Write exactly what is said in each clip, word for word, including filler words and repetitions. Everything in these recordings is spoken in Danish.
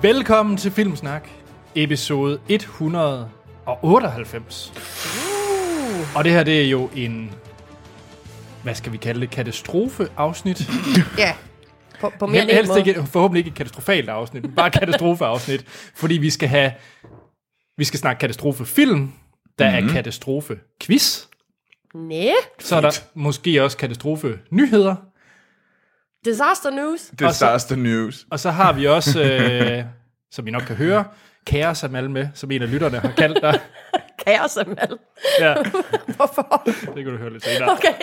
Velkommen til Filmsnak, episode et hundrede otteoghalvfems. Uh. Og det her, det er jo en, hvad skal vi kalde det, katastrofeafsnit. Ja, på, på mere Hel, helst måde. ikke, forhåbentlig ikke et katastrofalt afsnit, men bare et katastrofeafsnit, fordi vi skal have, vi skal snakke katastrofefilm, der mm-hmm. er katastrofequiz. Næh. Så er der måske også katastrofe-nyheder. Disaster news. Disaster news. Og så har vi også, øh, som I nok kan høre, Kaos Amal med, som en af lytterne har kaldt dig. Kaos Amal. Ja. Hvorfor? Det kan du høre lidt senere. Okay.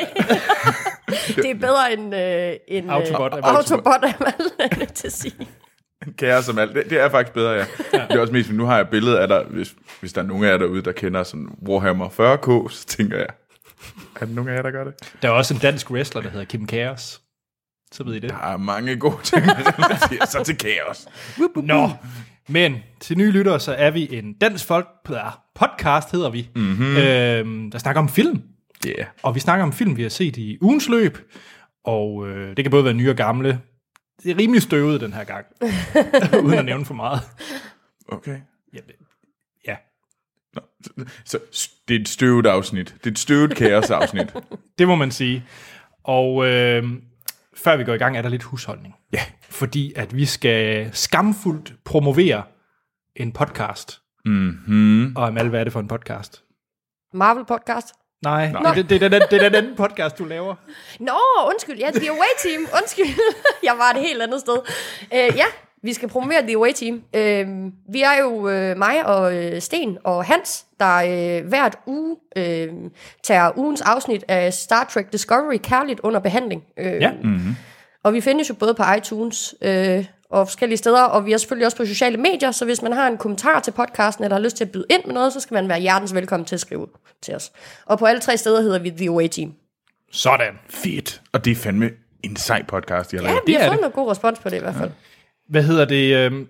Det er bedre end, øh, end Autobot øh, Amal. Autobot Amal, er jeg nødt til at sige. Kaos som alt. Det, det er faktisk bedre, ja. ja. Det er også mest, nu har jeg et billede af dig, hvis, hvis der er nogen af jer derude, der kender sådan Warhammer fyrre K, så tænker jeg, er der nogen af jer, der gør det? Der er også en dansk wrestler, der hedder Kim Chaos. Så ved I det. Der er mange gode ting, der relaterer sig til kaos. Nå, men til nye lyttere, så er vi en dansk folk podcast, hedder vi, mm-hmm. øhm, der snakker om film. Yeah. Og vi snakker om film, vi har set i ugens løb, og øh, det kan både være nye og gamle. Det er rimelig støvet den her gang, uden at nævne for meget. Okay. Ja, det, ja. Nå, så, så det er et støvet afsnit. Det er et støvet kaos-afsnit. Det må man sige. Og øh, før vi går i gang, er der lidt husholdning. Ja. Fordi at vi skal skamfuldt promovere en podcast. Mhm. Og Amal, hvad er det for en podcast? Marvel podcast. Nej, Nej. Det, det, er den, det er den anden podcast, du laver. Nå, undskyld. Ja, The Away Team. Undskyld. Jeg var et helt andet sted. Uh, ja, vi skal promovere The Away Team. Uh, vi er jo uh, mig og uh, Sten og Hans, der uh, hvert uge uh, tager ugens afsnit af Star Trek Discovery kærligt under behandling. Uh, Ja. Mm-hmm. Og vi findes jo både på iTunes øh, og forskellige steder, og vi er selvfølgelig også på sociale medier, så hvis man har en kommentar til podcasten, eller har lyst til at byde ind med noget, så skal man være hjertens velkommen til at skrive til os. Og på alle tre steder hedder vi The Away Team. Sådan. Fedt. Og det er fandme en sej podcast, jeg har Ja, lavet. vi det har er fået det. noget god respons på det i hvert fald. Hvad hedder det? Øh,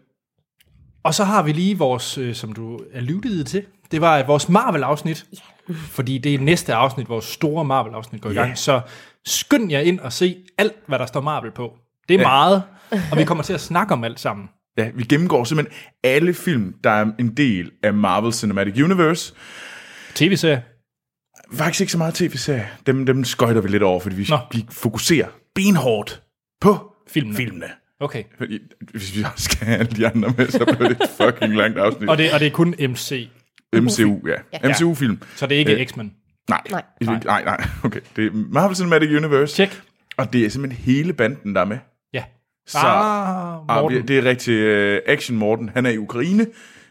og så har vi lige vores, øh, som du alludede til, det var vores Marvel-afsnit. Yeah. Fordi det er næste afsnit, vores store Marvel-afsnit går i gang. Yeah. Så skynd jer ind og se alt, hvad der står Marvel på. Det er Ja. meget, og vi kommer til at snakke om alt sammen. Ja, vi gennemgår simpelthen alle film, der er en del af Marvel Cinematic Universe. T V-serie. Faktisk ikke så meget tv-serier. Dem, dem skøjter vi lidt over, fordi vi, Nå. vi fokuserer benhårdt på Filmene. filmene. Okay. Fordi, hvis vi også skal have alle de andre med, så bliver det et fucking langt afsnit. Og det, og det er kun M C. M C U, ja. Ja. M C U-film. Så det er ikke Øh, X-Men. Nej. Nej. Nej. nej, nej. Okay. Det er Marvel Cinematic Universe. Tjek. Og det er simpelthen hele banden, der er med. Ja. Så, ah, ah, Morten. det er rigtig uh, Action Morten. Han er i Ukraine.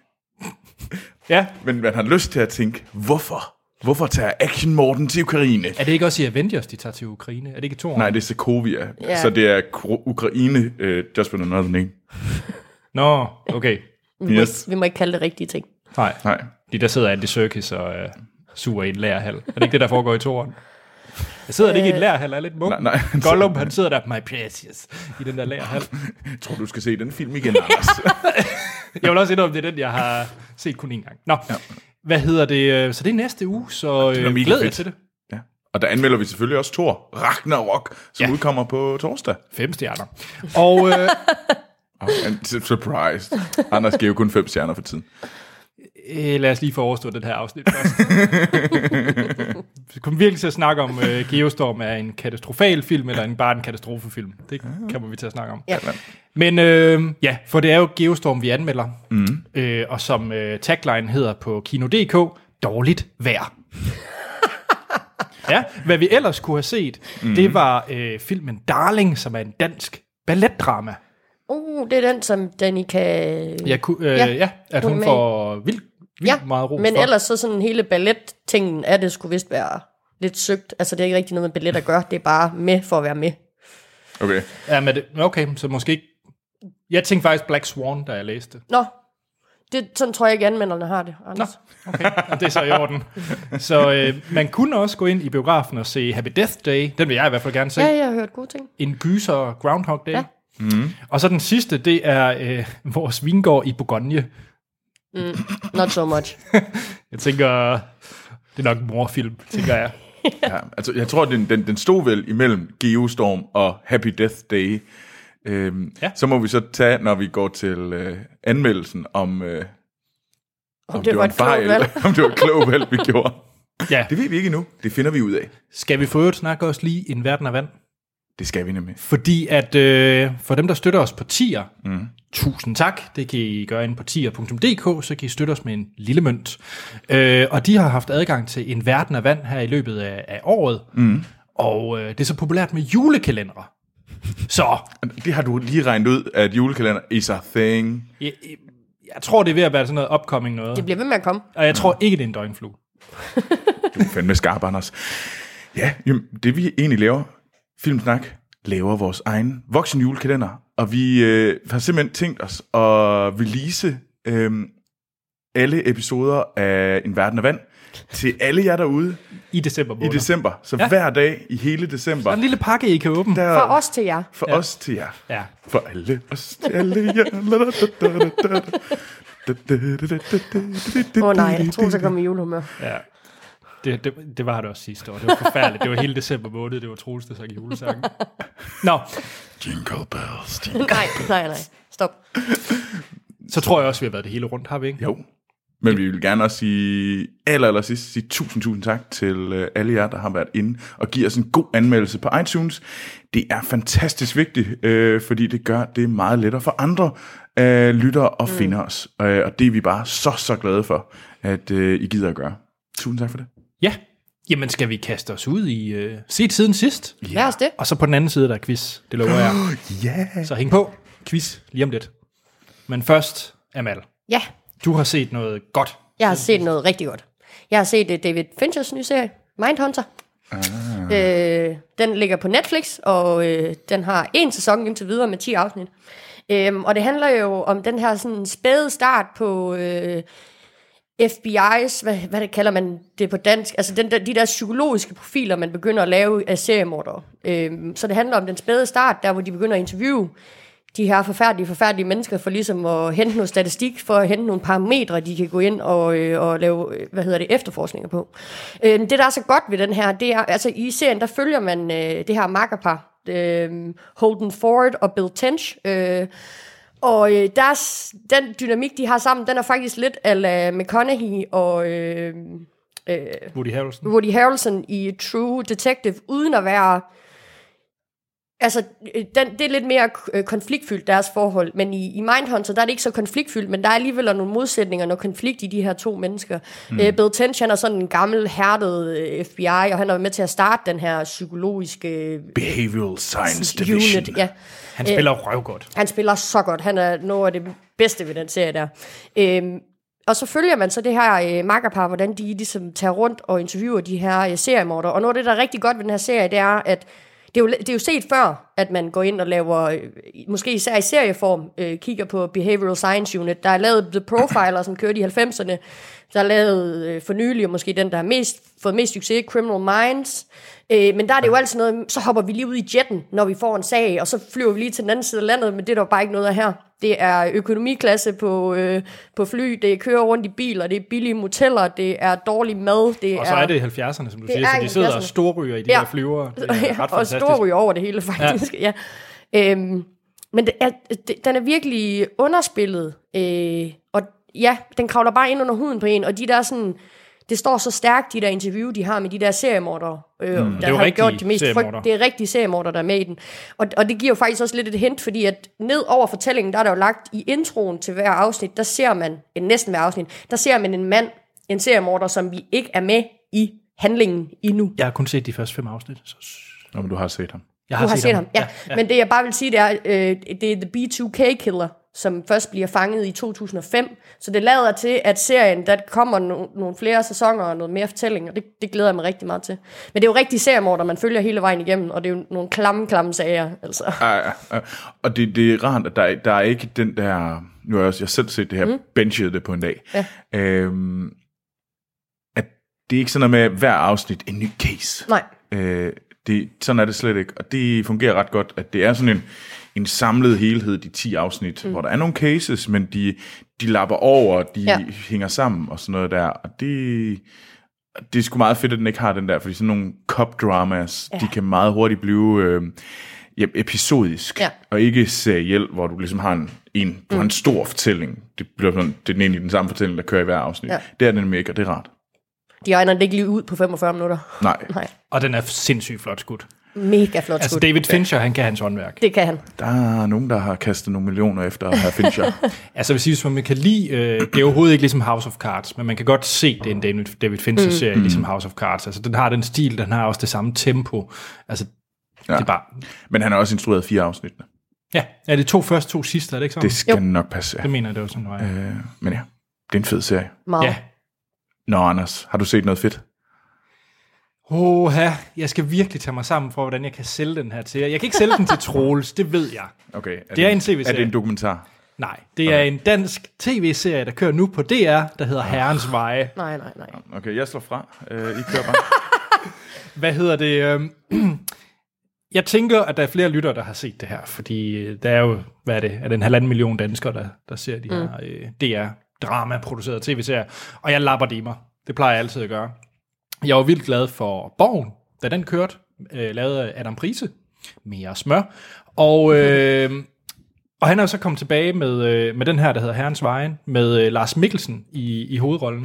Ja. Men man har lyst til at tænke, hvorfor? Hvorfor tager Action Morten til Ukraine? Er det ikke også i Avengers, de tager til Ukraine? Er det ikke to år? Nej, det er Sokovia. Ja. Så det er Kro- Ukraine, uh, just with another name. Nå, okay. Vi må, Yes. ikke, vi må ikke kalde det rigtige ting. Nej. Nej. De der sidder Andy Serkis og uh, suger i en lærerhal. Er det ikke det, der foregår i toeren? Jeg sidder øh, ikke i en lærerhal, er lidt munk. Nej, nej. Gollum, han sidder der, my precious, i den der lærerhal. Jeg tror, du skal se den film igen, Anders. Jeg vil også indrømme, det er den, jeg har set kun én gang. Nå, ja. Hvad hedder det? Så det er næste uge, så Det er øh, mega glæd jer fedt. til det. Ja. Og der anmelder vi selvfølgelig også Thor Ragnarok, som Ja. udkommer på torsdag. Fem stjerner. Og øh, Oh, and surprise. Anders giver jo kun fem stjerner for tiden. øh, lad os lige få overstået den her afsnit først. Vi kommer virkelig til at snakke om, øh, Geostorm er en katastrofal film, eller en, bare en katastrofefilm. Det kommer vi til at snakke om. Ja. Men øh, ja, for det er jo Geostorm, vi anmelder. Mm. Øh, og som øh, tagline hedder på Kino punktum d k, dårligt vejr. Ja, hvad vi ellers kunne have set, mm. det var øh, filmen Darling, som er en dansk balletdrama. Uh, det er den, som Danica... Jeg kunne, øh, Ja, ja, ja, at hun er hun med får vildt, vildt Ja, meget ros men for. ellers så sådan hele ballet-tingen er det skulle vist være lidt søgt. Altså det er ikke rigtig noget med ballet at gøre, det er bare med for at være med. Okay. Ja, men det, okay, så måske ikke... Jeg tænkte faktisk Black Swan, da jeg læste det. Nå, det, sådan tror jeg ikke anmelderne har det, Nå, Anders. okay, ja, det er så i orden. Så øh, man kunne også gå ind i biografen og se Happy Death Day. Den vil jeg i hvert fald gerne se. Ja, jeg har hørt gode ting. En gyser Groundhog Day. Ja. Mm. Og så den sidste, det er øh, vores vingård i Bourgogne. Mm, not so much. Jeg tænker, det er nok en morfilm, tænker jeg. Ja, altså, jeg tror, den, den, den stod vel imellem Geostorm og Happy Death Day. Øhm, Ja. Så må vi så tage, når vi går til øh, anmeldelsen, om, øh, om, om det var en et klogt fejl, valg. om det var et klogt valg, vi gjorde. Ja. Det ved vi ikke endnu. Det finder vi ud af. Skal vi for øvrigt snakke også lige en verden af vand? Det skal vi nemlig. Fordi at øh, for dem, der støtter os på tier, mm. tusind tak. Det kan I gøre inde på tier punktum d k, så kan I støtte os med en lille mønt. Øh, og de har haft adgang til en verden af vand her i løbet af, af året. Mm. Og øh, det er så populært med julekalendere. Så Det har du lige regnet ud, at julekalender is a thing. jeg, jeg tror, det er ved at være sådan noget upcoming noget. Det bliver ved med at komme. Og jeg tror ikke, det er en døgnflue. Du er fandme skarp, Anders. Ja, jamen, det vi egentlig laver, Filmsnak, laver vores egen voksen julekalender. Og vi øh, har simpelthen tænkt os at release øh, alle episoder af En Verden af Vand til alle jer derude I december måned. i december. Så Ja. ja. hver dag i hele december. Der er en lille pakke, I kan åbne. Der, For os til jer. For Ja. os til jer. Ja. For alle os til alle jer. Åh oh, nej, jeg tror, så kommer julehumør. Ja. Det, det, det var det også sidste år. Det var forfærdeligt. Det var hele december måned. Det var Troels, der sang julesangen. Nå, Jingle bells. Nej, nej, nej. Stop. så tror jeg også, vi har været det hele rundt, har vi ikke? Jo. Men vi vil gerne også sige aller, aller sidst, sige tusind, tusind tak til øh, alle jer, der har været inde og giver os en god anmeldelse på iTunes. Det er fantastisk vigtigt, øh, fordi det gør det meget lettere for andre øh, lyttere at mm. finde os. Øh, og det er vi bare så, så glade for, at øh, I gider at gøre. Tusind tak for det. Ja. Jamen, skal vi kaste os ud i uh, set siden sidst? Lad os det. Og så på den anden side, der er quiz. Det lover jeg. Ja. Yeah. Så hæng på. Quiz lige om lidt. Men først, Amal. Ja, Du har set noget godt. jeg har set noget rigtig godt. Jeg har set uh, David Finchers nye serie, Mindhunter. Ah. Øh, den ligger på Netflix, og øh, den har en sæson indtil videre med ti afsnit. Øhm, og det handler jo om den her sådan spæde start på øh, F B I's, hvad, hvad det kalder man det på dansk, altså den der, de der psykologiske profiler, man begynder at lave af seriemordere. Øhm, så det handler om den spæde start, der hvor de begynder at interviewe de her forfærdelige, forfærdelige mennesker, for ligesom at hente noget statistik, for at hente nogle parametre, de kan gå ind og, øh, og lave, hvad hedder det, efterforskninger på. Øh, det, der er så godt ved den her, det er, altså i serien, der følger man øh, det her makkerpar, øh, Holden Ford og Bill Tench, øh, og øh, deres, den dynamik, de har sammen, den er faktisk lidt a la McConaughey og øh, øh, Woody Harrelson. Woody Harrelson i True Detective, uden at være... Altså, den, det er lidt mere konfliktfyldt, deres forhold, men i, i Mindhunter, der er det ikke så konfliktfyldt, men der er alligevel nogle modsætninger, noget konflikt i de her to mennesker. Mm. Uh, Bill Tench, han er sådan en gammel, hærdet uh, F B I, og han er med til at starte den her psykologiske... Behavioral Science Division. Unit, ja. Han spiller uh, røvgodt. Han spiller så godt. Han er noget af det bedste ved den serie der. Uh, og så følger man så det her uh, makkerpar, hvordan de ligesom tager rundt og interviewer de her uh, seriemordere. Og noget af det, der er rigtig godt ved den her serie, det er, at Det er, jo, det er jo set før, at man går ind og laver, måske især i serieform, øh, kigger på Behavioral Science Unit. Der er lavet The Profiler, som kørte i halvfemserne. Der er lavet øh, for nylig, og måske den, der har mest, fået mest succes, Criminal Minds. Øh, men der er det jo altid noget, så hopper vi lige ud i jetten, når vi får en sag, og så flyver vi lige til den anden side af landet, men det er der bare ikke noget af her. Det er økonomiklasse på, øh, på fly, det er kører rundt i biler, det er billige moteller, det er dårlig mad. Det og så er det i halvfjerdserne, som du det siger, så de sidder og halvfjerdserne. storryger i de Ja. her flyvere. Det er ret og fantastisk. storryger over det hele, faktisk. Ja. Ja. Øhm, men det er, det, den er virkelig underspillet, øh, og ja, den kravler bare ind under huden på en, og de der sådan... Det står så stærkt, de der interview, de har med de der seriemordere, øh, mm, der har gjort de mest frygt. Det er rigtige seriemordere, der er med i den. Og, og det giver jo faktisk også lidt et hint, fordi at ned over fortællingen, der er der jo lagt i introen til hver afsnit, der ser man, næsten hver afsnit, der ser man en mand, en seriemorder, som vi ikke er med i handlingen endnu. Jeg har kun set de første fem afsnit. Så... Nå, men du har set ham. Jeg har du har set, set ham, ja. Ja, ja. Men det jeg bare vil sige, det er, øh, det er The B to K Killer, som først bliver fanget i to tusind og fem. Så det lader til, at serien, der kommer no- nogle flere sæsoner og noget mere fortælling, og det, det glæder jeg mig rigtig meget til. Men det er jo rigtig seriemorder, man følger hele vejen igennem, og det er jo nogle klamme, klamme sager. Altså. Ja, ja, ja. Og det, det er rart, at der, der er ikke den der... Nu har jeg, også, jeg selv set det her, mm. benchet det på en dag. Ja. Øhm, at det er ikke sådan noget med hver afsnit en ny case. Nej. Øh, det, sådan er det slet ikke, og det fungerer ret godt, at det er sådan en, en samlet helhed, de ti afsnit, mm. hvor der er nogle cases, men de, de lapper over, de ja. hænger sammen og sådan noget der, og det, det er sgu meget fedt, at den ikke har den der, fordi sådan nogle cop dramas, ja. de kan meget hurtigt blive, øh, ja, episodisk, ja. og ikke seriel, hvor du ligesom har en, en, du har en stor fortælling. Det bliver sådan, det er den egentlig den samme fortælling, der kører i hver afsnit. Ja. Det er den mega, det er rart. De egner det ikke lige ud på femogfyrre minutter. Nej. Nej. Og den er sindssygt flot skudt. Mega flot altså skud. David Fincher, ja. Han kan hans håndværk. Det kan han. Der er nogen, der har kastet nogle millioner efter herr Fincher. altså hvis sige, man kan lide, øh, det er overhovedet ikke ligesom House of Cards, men man kan godt se, det er en David, David Fincher-serie, mm. ligesom House of Cards. Altså den har den stil, den har også det samme tempo. Altså, ja. det er bare... Men han har også instrueret fire afsnit. Ja, ja, det to første, to sidste, er det ikke sådan? Det skal jo. nok passe. Det mener jeg, det var sådan, det øh, Men ja, det er en fed serie. Meget. Ja. Nå, Anders, har du set noget fedt? Åh, jeg skal virkelig tage mig sammen for, hvordan jeg kan sælge den her til jer. Jeg kan ikke sælge den til Troels, det ved jeg. Okay. Er det er en tv-serie. Er det en dokumentar? Nej, det okay. er en dansk tv-serie, der kører nu på D R, der hedder Herrens Veje. Nej, nej, nej. Okay, jeg slår fra. Uh, I kører bare. Hvad hedder det? Jeg tænker, at der er flere lyttere, der har set det her, fordi der er jo, hvad er det, er det en halvanden million danskere, der, der ser de her mm. øh, D R-drama-producerede tv-serier, og jeg lapper det i mig. Det plejer jeg altid at gøre. Jeg var vildt glad for Borgen, da den kørte, øh, lavet af Adam Prise, mere smør, og, øh, og han er jo så kommet tilbage med, øh, med den her, der hedder Herrens Vejen, med øh, Lars Mikkelsen i, i hovedrollen.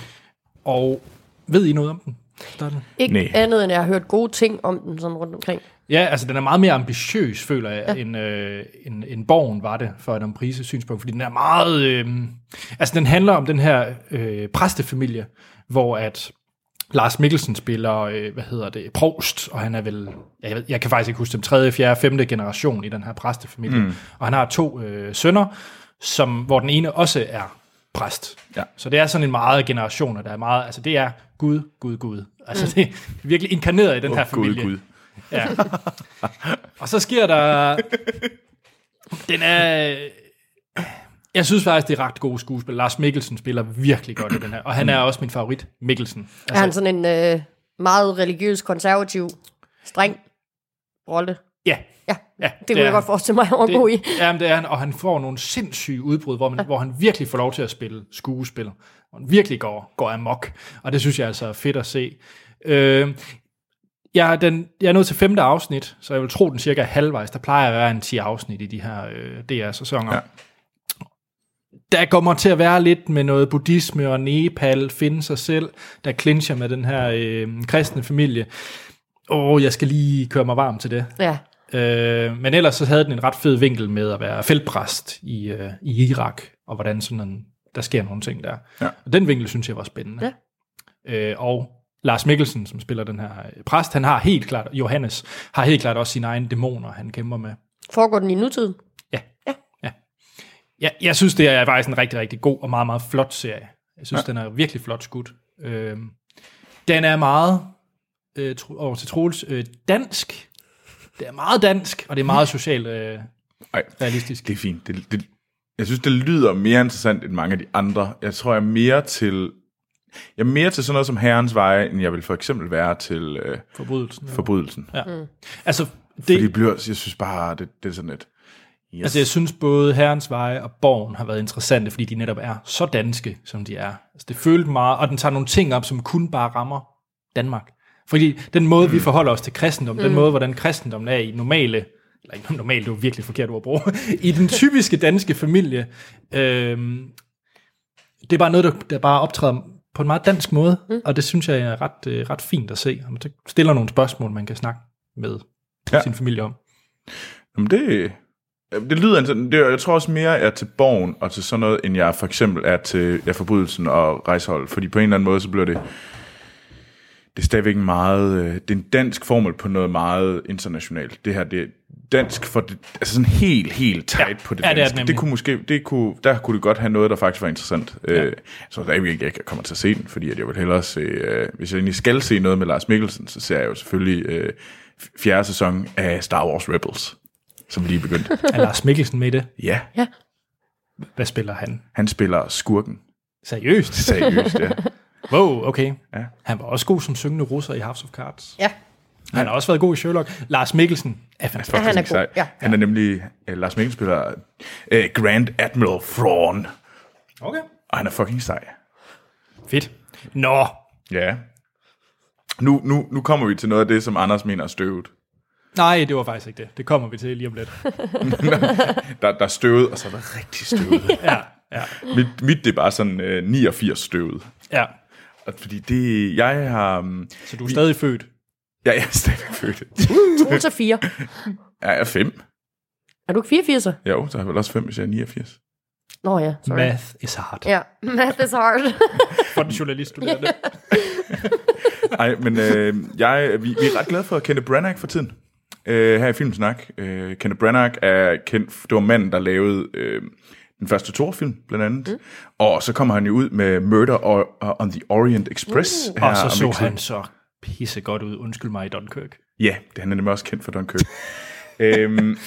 Og ved I noget om den? Starten? Ikke Nej. andet, end jeg har hørt gode ting om den sådan rundt omkring. Ja, altså den er meget mere ambitiøs, føler jeg, ja. end, øh, end, end Borgen var det, for Adam Prise synspunkt, fordi den er meget... Øh, altså den handler om den her øh, præstefamilie, hvor at Lars Mikkelsen spiller, øh, hvad hedder det, provst, og han er vel, jeg, ved, jeg kan faktisk ikke huske dem, tredje, fjerde, femte generation i den her præstefamilie, mm. og han har to øh, sønner, som, hvor den ene også er præst. Ja. Så det er sådan en meget generationer, der er meget, altså det er Gud, Gud, Gud. Altså mm. det er virkelig inkarneret i den oh, her familie. Gud, Gud. Ja. Og så sker der, den er, jeg synes faktisk, det er ret gode skuespil. Lars Mikkelsen spiller virkelig godt i den her, og han er også min favorit, Mikkelsen. Altså, er han sådan en øh, meget religiøs, konservativ, streng rolle? Ja. Ja, ja det kunne jeg godt forestille mig, at han var god i. Jamen, det er han, og han får nogle sindssyge udbrud, hvor, man, ja. hvor han virkelig får lov til at spille skuespil, og han virkelig går, går amok, og det synes jeg altså er fedt at se. Øh, jeg, er den, jeg er nået til femte afsnit, så jeg vil tro, den cirka halvvejs. Der plejer at være en ti afsnit i de her øh, D R-sæsoner. Ja. Der kommer til at være lidt med noget buddhisme og Nepal, finde sig selv, der clincher med den her øh, kristne familie. Åh, jeg skal lige køre mig varm til det. Ja. Øh, men ellers så havde den en ret fed vinkel med at være feltpræst i, øh, i Irak, og hvordan sådan en, der sker nogle ting der. Ja. Og den vinkel synes jeg var spændende. Ja. Øh, og Lars Mikkelsen, som spiller den her præst, han har helt klart, Johannes, har helt klart også sine egne dæmoner, han kæmper med. Foregår den i nutiden? Ja. Ja. Ja. Ja, jeg synes, det er faktisk en rigtig, rigtig god og meget, meget flot serie. Jeg synes, ja. den er virkelig flot skudt. Øh, den er meget, øh, over til Troels, øh, dansk. Det er meget dansk, og det er meget socialt øh, Ej, realistisk. Det er fint. Det, det, jeg synes, det lyder mere interessant end mange af de andre. Jeg tror, jeg er mere til... Jeg er mere til sådan noget som Herrens Veje, end jeg vil for eksempel være til øh, Forbrydelsen. Forbrydelsen. Ja. Mm. Altså, det, Fordi bliver, jeg synes bare, det, det er sådan et... Yes. Altså, jeg synes både Herrens Veje og Borgen har været interessante, fordi de netop er så danske, som de er. Altså, det følte meget, og den tager nogle ting op, som kun bare rammer Danmark. Fordi den måde, mm. vi forholder os til kristendom, mm. den måde, hvordan kristendommen er i normale, eller ikke normalt, det er jo virkelig forkert ord at bruge, i den typiske danske familie, øh, det er bare noget, der, der bare optræder på en meget dansk måde, mm. og det synes jeg er ret, øh, ret fint at se. Og man stiller nogle spørgsmål, man kan snakke med ja. sin familie om. Jamen det, det lyder, det, jeg tror også mere er til Borgen og til sådan noget, end jeg for eksempel er til ja, Forbrydelsen og Rejsehold, fordi på en eller anden måde, så bliver det det er stadigvæk meget, øh, det er en dansk formel på noget meget internationalt. Det her, det er dansk for det, altså sådan helt, helt tight ja. på det ja, danske. Det, det, det kunne måske, det kunne, der kunne det godt have noget, der faktisk var interessant. Ja. Øh, så der er ikke, jeg kommer til at se den, fordi at jeg vil hellere se, øh, hvis jeg egentlig skal se noget med Lars Mikkelsen, så ser jeg jo selvfølgelig øh, fjerde sæson af Star Wars Rebels, som lige begyndt. Er Lars Mikkelsen med i det? Ja. ja. Hvad spiller han? Han spiller skurken. Seriøst? Seriøst, ja. Wow, okay. Ja. Han var også god som syngende russer i House of Cards. Ja. Han har også været god i Sherlock. Lars Mikkelsen er fantastisk. Ja, han er god. Ja. Han er nemlig, uh, Lars Mikkelsen spiller uh, Grand Admiral Thrawn. Okay. Og han er fucking sej. Fedt. Nå. Ja. Nu, nu, nu kommer vi til noget af det, som Anders mener er støvet. Nej, det var faktisk ikke det. Det kommer vi til lige om lidt. der, der er støvet, og så er der rigtig støvet. ja, ja. Mit, mit det er bare sådan øh, niogfirs støvet. Ja. Og fordi det, jeg har... Så du er vi, stadig født? Ja, jeg er stadig født. to til fire. Ja, jeg er fem. Er du ikke fireogfirs? Jo, så har jeg vel også fem, hvis jeg er niogfirs. Nå ja, sorry. Math is hard. Ja, math is hard. For den journaliststuderende. Nej, men øh, jeg, vi, vi er ret glade for Kenneth Branagh for tiden. Øh, her i Filmsnak. Øh, Kenneth Branagh er kendt, det var manden, der lavede øh, den første Thor-film, blandt andet. Mm. Og så kommer han jo ud med Murder on the Orient Express. Uh. Her og så så han så pisse godt ud, undskyld mig, i Dunkirk. Ja, det, han er nemlig også kendt for Dunkirk. øhm,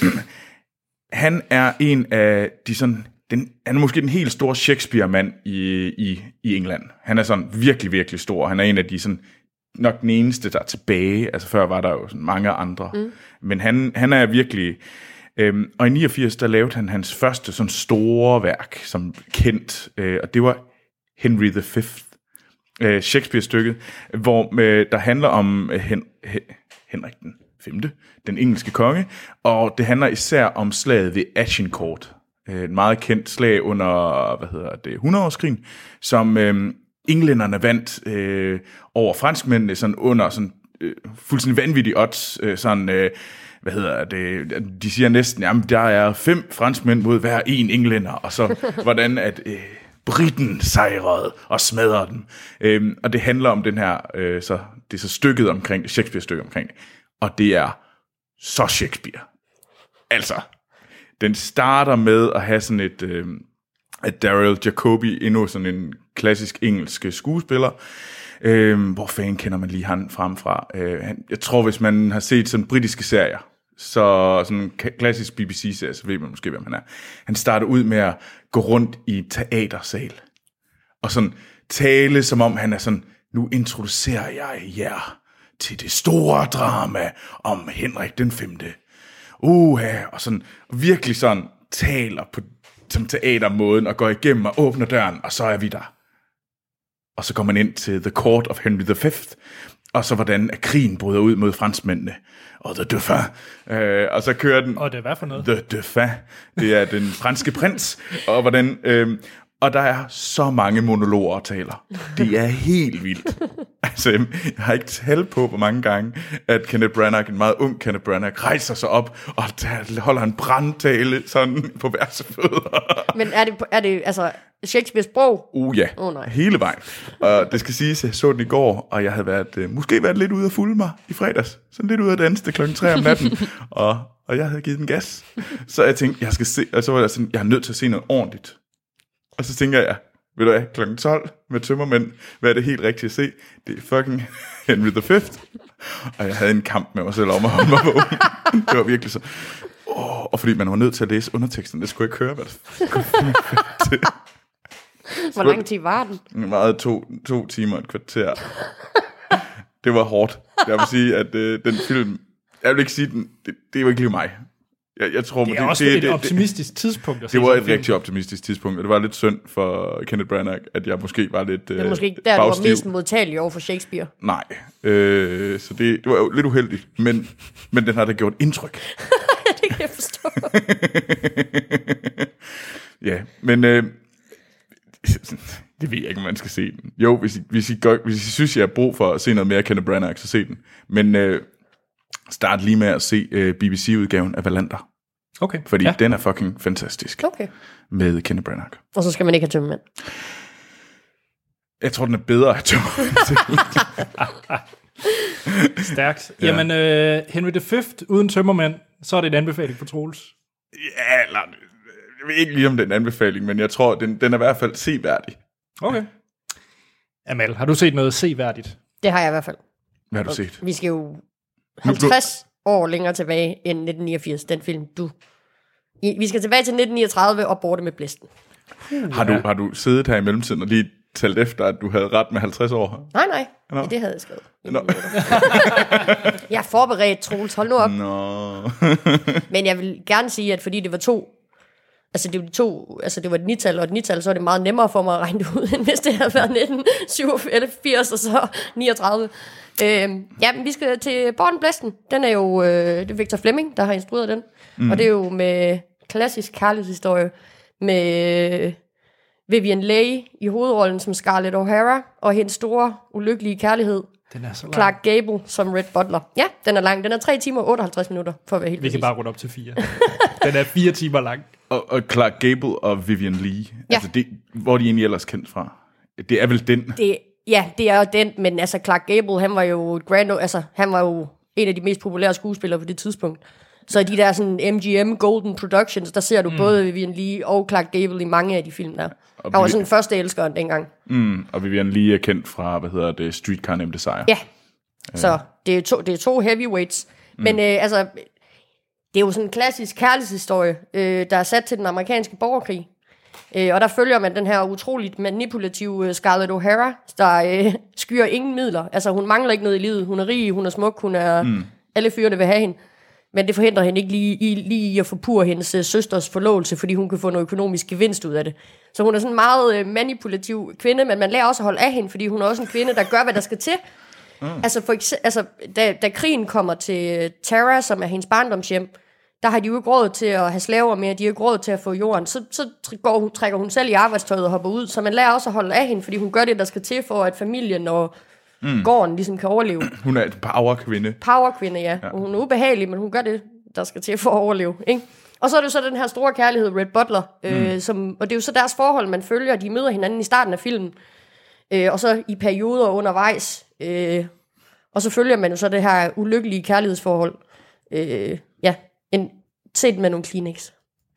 han er en af de sådan... Den, han er måske den helt store Shakespeare-mand i, i, i England. Han er sådan virkelig, virkelig stor. Han er en af de sådan... nok den eneste, der er tilbage. Altså før var der jo sådan mange andre. Mm. Men han, han er virkelig... Øhm, og i niogfirs, der lavede han hans første sådan store værk, som kendt. Øh, og det var Henry the Fifth. Øh, Shakespeare-stykket, hvor øh, der handler om øh, Hen, Hen, Henrik den femte, den engelske konge. Og det handler især om slaget ved Agincourt. Øh, et meget kendt slag under, hvad hedder det, hundredårskrigen, som... Øh, englænderne vandt øh, over franskmændene sådan under sådan øh, fuldstændig vanvittige odds, øh, sådan øh, hvad hedder det, de siger næsten, jamen der er fem franskmænd mod hver en englænder, og så hvordan at øh, Briten sejrede og smadrede dem. Øh, og det handler om den her, øh, så det er så stykket omkring det, Shakespeare-stykke omkring det, og det er så Shakespeare. Altså, den starter med at have sådan et øh, at Daryl Jacobi, endnu sådan en klassisk engelsk skuespiller. Øh, hvor fanden kender man lige han frem fra? Øh, han, jeg tror, hvis man har set sådan britiske serier, så sådan en klassisk B B C-serie, så ved man måske, hvem han er. Han starter ud med at gå rundt i et teatersal, og sådan tale, som om han er sådan, nu introducerer jeg jer til det store drama om Henrik den femte. Uha, og sådan virkelig sådan taler på som teatermåden, og går igennem og åbner døren, og så er vi der. Og så går man ind til The Court of Henry the Fifth, og så hvordan at krigen bryder ud mod franskmændene, og The Dauphin, øh, og så kører den... Og det er hvad for noget? The Dauphin, det er den franske prins, og hvordan... Øh, og der er så mange monologer og taler. Det er helt vildt. Altså, jeg har ikke tal på, hvor mange gange, at Kenneth Branagh, en meget ung Kenneth Branagh, rejser sig op, og der holder en brandtale sådan på værsefødder. Men er det, er det altså Shakespeares sprog? Uh ja, oh, nej. Hele vejen. Og det skal siges, at jeg så den i går, og jeg havde været, øh, måske været lidt ude at fulde mig i fredags. Sådan lidt ude at danse det klokken tre om natten. og, og jeg havde givet den gas. Så jeg tænkte, jeg skal se, og så var jeg sådan, jeg er nødt til at se noget ordentligt. Og så tænker jeg, ved du hvad, klokken tolv med tømmermænd, hvad er det helt rigtigt at se? Det er fucking Henry the Fifth. Og jeg havde en kamp med mig selv om at holde mig vågen. Det var virkelig så... Oh, og fordi man var nødt til at læse underteksten, det skulle jeg ikke høre, hvad det Hvor lang tid var den? Meget to, to timer og et kvarter. Det var hårdt. Jeg vil sige, at øh, den film... Jeg vil ikke sige, den, det, det var ikke lige mig. Jeg, jeg tror, det er det, også det, et det, optimistisk det, tidspunkt. At det var et rigtig optimistisk tidspunkt, og det var lidt synd for Kenneth Branagh, at jeg måske var lidt Det er måske ikke der, bagstiv. Du var mest modtagelig over for Shakespeare. Nej, øh, så det, det var jo lidt uheldigt, men, men den har da gjort indtryk. Det kan jeg forstå. Ja, men øh, det ved jeg ikke, om man skal se den. Jo, hvis I, hvis I, gør, hvis I synes, jeg har brug for at se noget mere Kenneth Branagh, så se den. Men øh, start lige med at se øh, B B C-udgaven af Wallander. Okay. Fordi ja. den er fucking fantastisk. Okay. Med Kenneth Branagh. Og så skal man ikke have tømmermænd. Jeg tror, den er bedre at tømmermænd. Stærkt. Ja. Jamen, øh, Henry the Fifth uden tømmermænd, så er det en anbefaling for Troels. Ja, eller, jeg ved ikke lige om det er en anbefaling, men jeg tror, den, den er i hvert fald seværdig. Okay. Amal, har du set noget seværdigt? Det har jeg i hvert fald. Hvad har du set? Vi skal jo halvtreds år længere tilbage end nitten niogfirs, den film, du... I, vi skal tilbage til nitten niogtredive og borte med blæsten. Uh, har, du, ja. har du siddet her i mellemtiden og lige talt efter, at du havde ret med halvtreds år? Nej, nej. Nå. Det havde jeg skrevet. Nå. Jeg er forberedt, Troels. Hold nu op. Nå. Men jeg vil gerne sige, at fordi det var to Altså det, var de to, altså det var et nital og et nital, så er det meget nemmere for mig at regne det ud, end hvis det havde været nitten syvogfirs og så niogtredive. Øhm, ja, men vi skal til Born Blæsten. Den er jo, øh, det er Victor Fleming, der har instrueret den. Mm. Og det er jo med klassisk kærlighedshistorie med øh, Vivien Leigh i hovedrollen som Scarlett O'Hara, og hendes store, ulykkelige kærlighed, den er så lang. Clark Gable som Red Butler. Ja, den er lang. Den er tre timer og otteoghalvtreds minutter, for at være helt Vi præcis. kan bare runde op til fire. Den er fire timer lang. Og, og Clark Gable og Vivien Leigh, Ja. altså det, hvor er de egentlig ellers kendt fra? Det er vel den? Det, ja, det er jo den, men altså Clark Gable, han var jo et grand, altså han var jo en af de mest populære skuespillere på det tidspunkt. Så de der sådan M G M Golden Productions, der ser du mm. både Vivien Leigh og Clark Gable i mange af de film der. Og Han var vi- sådan første elskeren dengang. Mm, og Vivien Leigh er kendt fra, hvad hedder det, Streetcar Named Desire. Ja, så det er to, det er to heavyweights. Mm. Men øh, altså, det er jo sådan en klassisk kærlighedshistorie, øh, der er sat til den amerikanske borgerkrig. Øh, og der følger man den her utroligt manipulative øh, Scarlett O'Hara, der øh, skyer ingen midler. Altså hun mangler ikke noget i livet. Hun er rig, hun er smuk, hun er... Mm. Alle fyrene vil have hende. Men det forhindrer hende ikke lige i, lige i at forpure hendes øh, søsters forlovelse, fordi hun kan få noget økonomisk gevinst ud af det. Så hun er sådan en meget øh, manipulativ kvinde, men man lærer også at holde af hende, fordi hun er også en kvinde, der gør, hvad der skal til. Mm. Altså, for eksempel, altså da, da krigen kommer til Tara, som er hendes barndomshjem, der har de jo ikke råd til at have slaver mere, de har ikke råd til at få jorden. Så, så går hun, trækker hun selv i arbejdstøjet og hopper ud, så man lærer også at holde af hende, fordi hun gør det, der skal til for, at familien og mm. gården ligesom kan overleve. Hun er et power-kvinde. Power-kvinde, ja. ja. Og hun er ubehagelig, men hun gør det, der skal til for at overleve, ikke? Og så er det jo så den her store kærlighed, Red Butler, øh, mm. som, og det er jo så deres forhold, man følger, de møder hinanden i starten af filmen, øh, og så i perioder undervejs, øh, og så følger man jo så det her ulykkelige kærlighedsforhold, øh, ja, en, set med nogle Kleenex.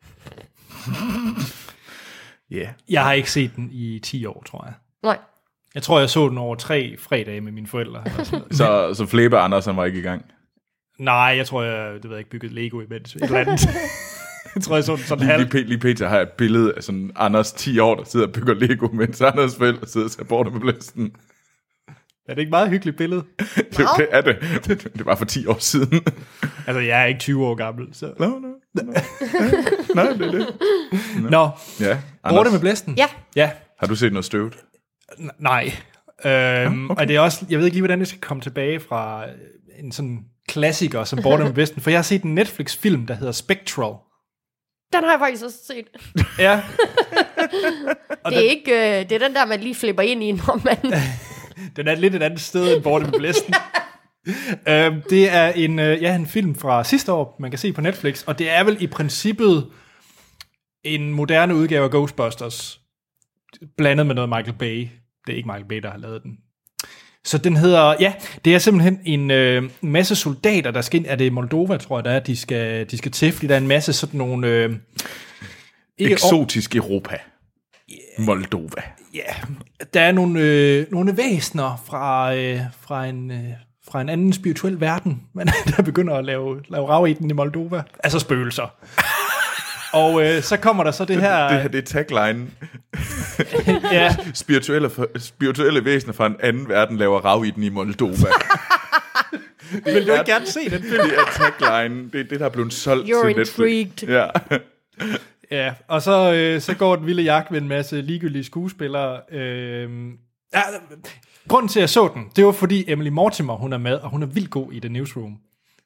Ja. Yeah. Jeg har ikke set den i ti år, tror jeg. Nej. Jeg tror, jeg så den over tre fredage med mine forældre. Eller sådan noget. Så, så Flebe Andersen var ikke i gang? Nej, jeg tror, jeg, det ved jeg ikke, bygget Lego imens. Et eller andet. Jeg tror, jeg så den sådan halv. Lige, lige Peter har et billede af sådan Anders ti år, der sidder og bygger Lego, mens Anders forældre sidder og ser Born Blæsten. Er det ikke et meget hyggeligt billede? Det, det er det. Det var for ti år siden. Altså, jeg er ikke tyve år gammel, så... Nå, nå, nå. Nej, det er det. Nå, Nå. Ja, Borte med Blæsten? Ja. Ja. Har du set noget støvet? N- nej. Øhm, okay. Og det er også... Jeg ved ikke lige, hvordan det skal komme tilbage fra en sådan klassiker som Borte med Blæsten, for jeg har set en Netflix-film, der hedder Spectral. Den har jeg faktisk også set. Ja. Det er den, ikke... Øh, det er den der, man lige flipper ind i, når man... Den er lidt et andet sted end Borte med Blæsten. øhm, det er en, øh, ja, en film fra sidste år, man kan se på Netflix, og det er vel i princippet en moderne udgave af Ghostbusters, blandet med noget Michael Bay. Det er ikke Michael Bay, der har lavet den. Så den hedder, ja, det er simpelthen en øh, masse soldater, der skal ind, er det Moldova, tror jeg, der er, de skal, de skal til, fordi der er en masse sådan nogle... Øh, ikke eksotisk Europa. Yeah. Moldova. Ja, yeah. Der er nogle, øh, nogle væsner fra, øh, fra, en, øh, fra en anden spirituel verden, men der begynder at lave, lave rav i den i Moldova. Altså spøgelser. Og øh, så kommer der så det her... Det her, det er tagline. Ja. Spirituelle, spirituelle væsener fra en anden verden laver rav i den i Moldova. Vil du ikke gerne se den film? Det er tagline. Det er det, der er blevet solgt You're til Netflix. intrigued. Ja. Ja, og så, øh, så går den vilde jagt med en masse ligegyldige skuespillere. Øh, ja, grunden til, at jeg så den, det var fordi Emily Mortimer, hun er med, og hun er vildt god i The Newsroom.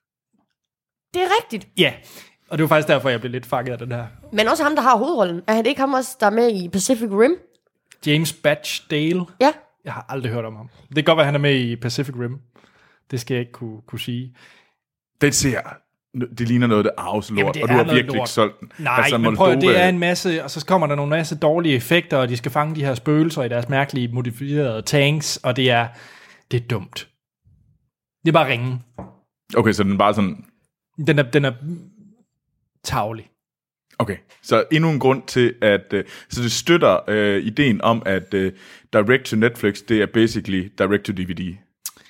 Det er rigtigt. Ja, og det var faktisk derfor, jeg blev lidt fanget af den her. Men også ham, der har hovedrollen. Er det ikke ham også, der er med i Pacific Rim? James Badge Dale. Ja. Jeg har aldrig hørt om ham. Det kan godt være, han er med i Pacific Rim. Det skal jeg ikke kunne, kunne sige. Den ser... Det ligner noget, der arves lort, og du har virkelig lort. Ikke solgt den. Nej, altså, men prøv, det er en masse, og så kommer der nogle masse dårlige effekter, og de skal fange de her spøgelser i deres mærkelige modificerede tanks, og det er, det er dumt. Det er bare ringen. Okay, så den er bare sådan... Den er, den er tarvelig. Okay, så endnu en grund til, at... Uh, så det støtter uh, ideen om, at uh, direct to Netflix, det er basically direct to D V D.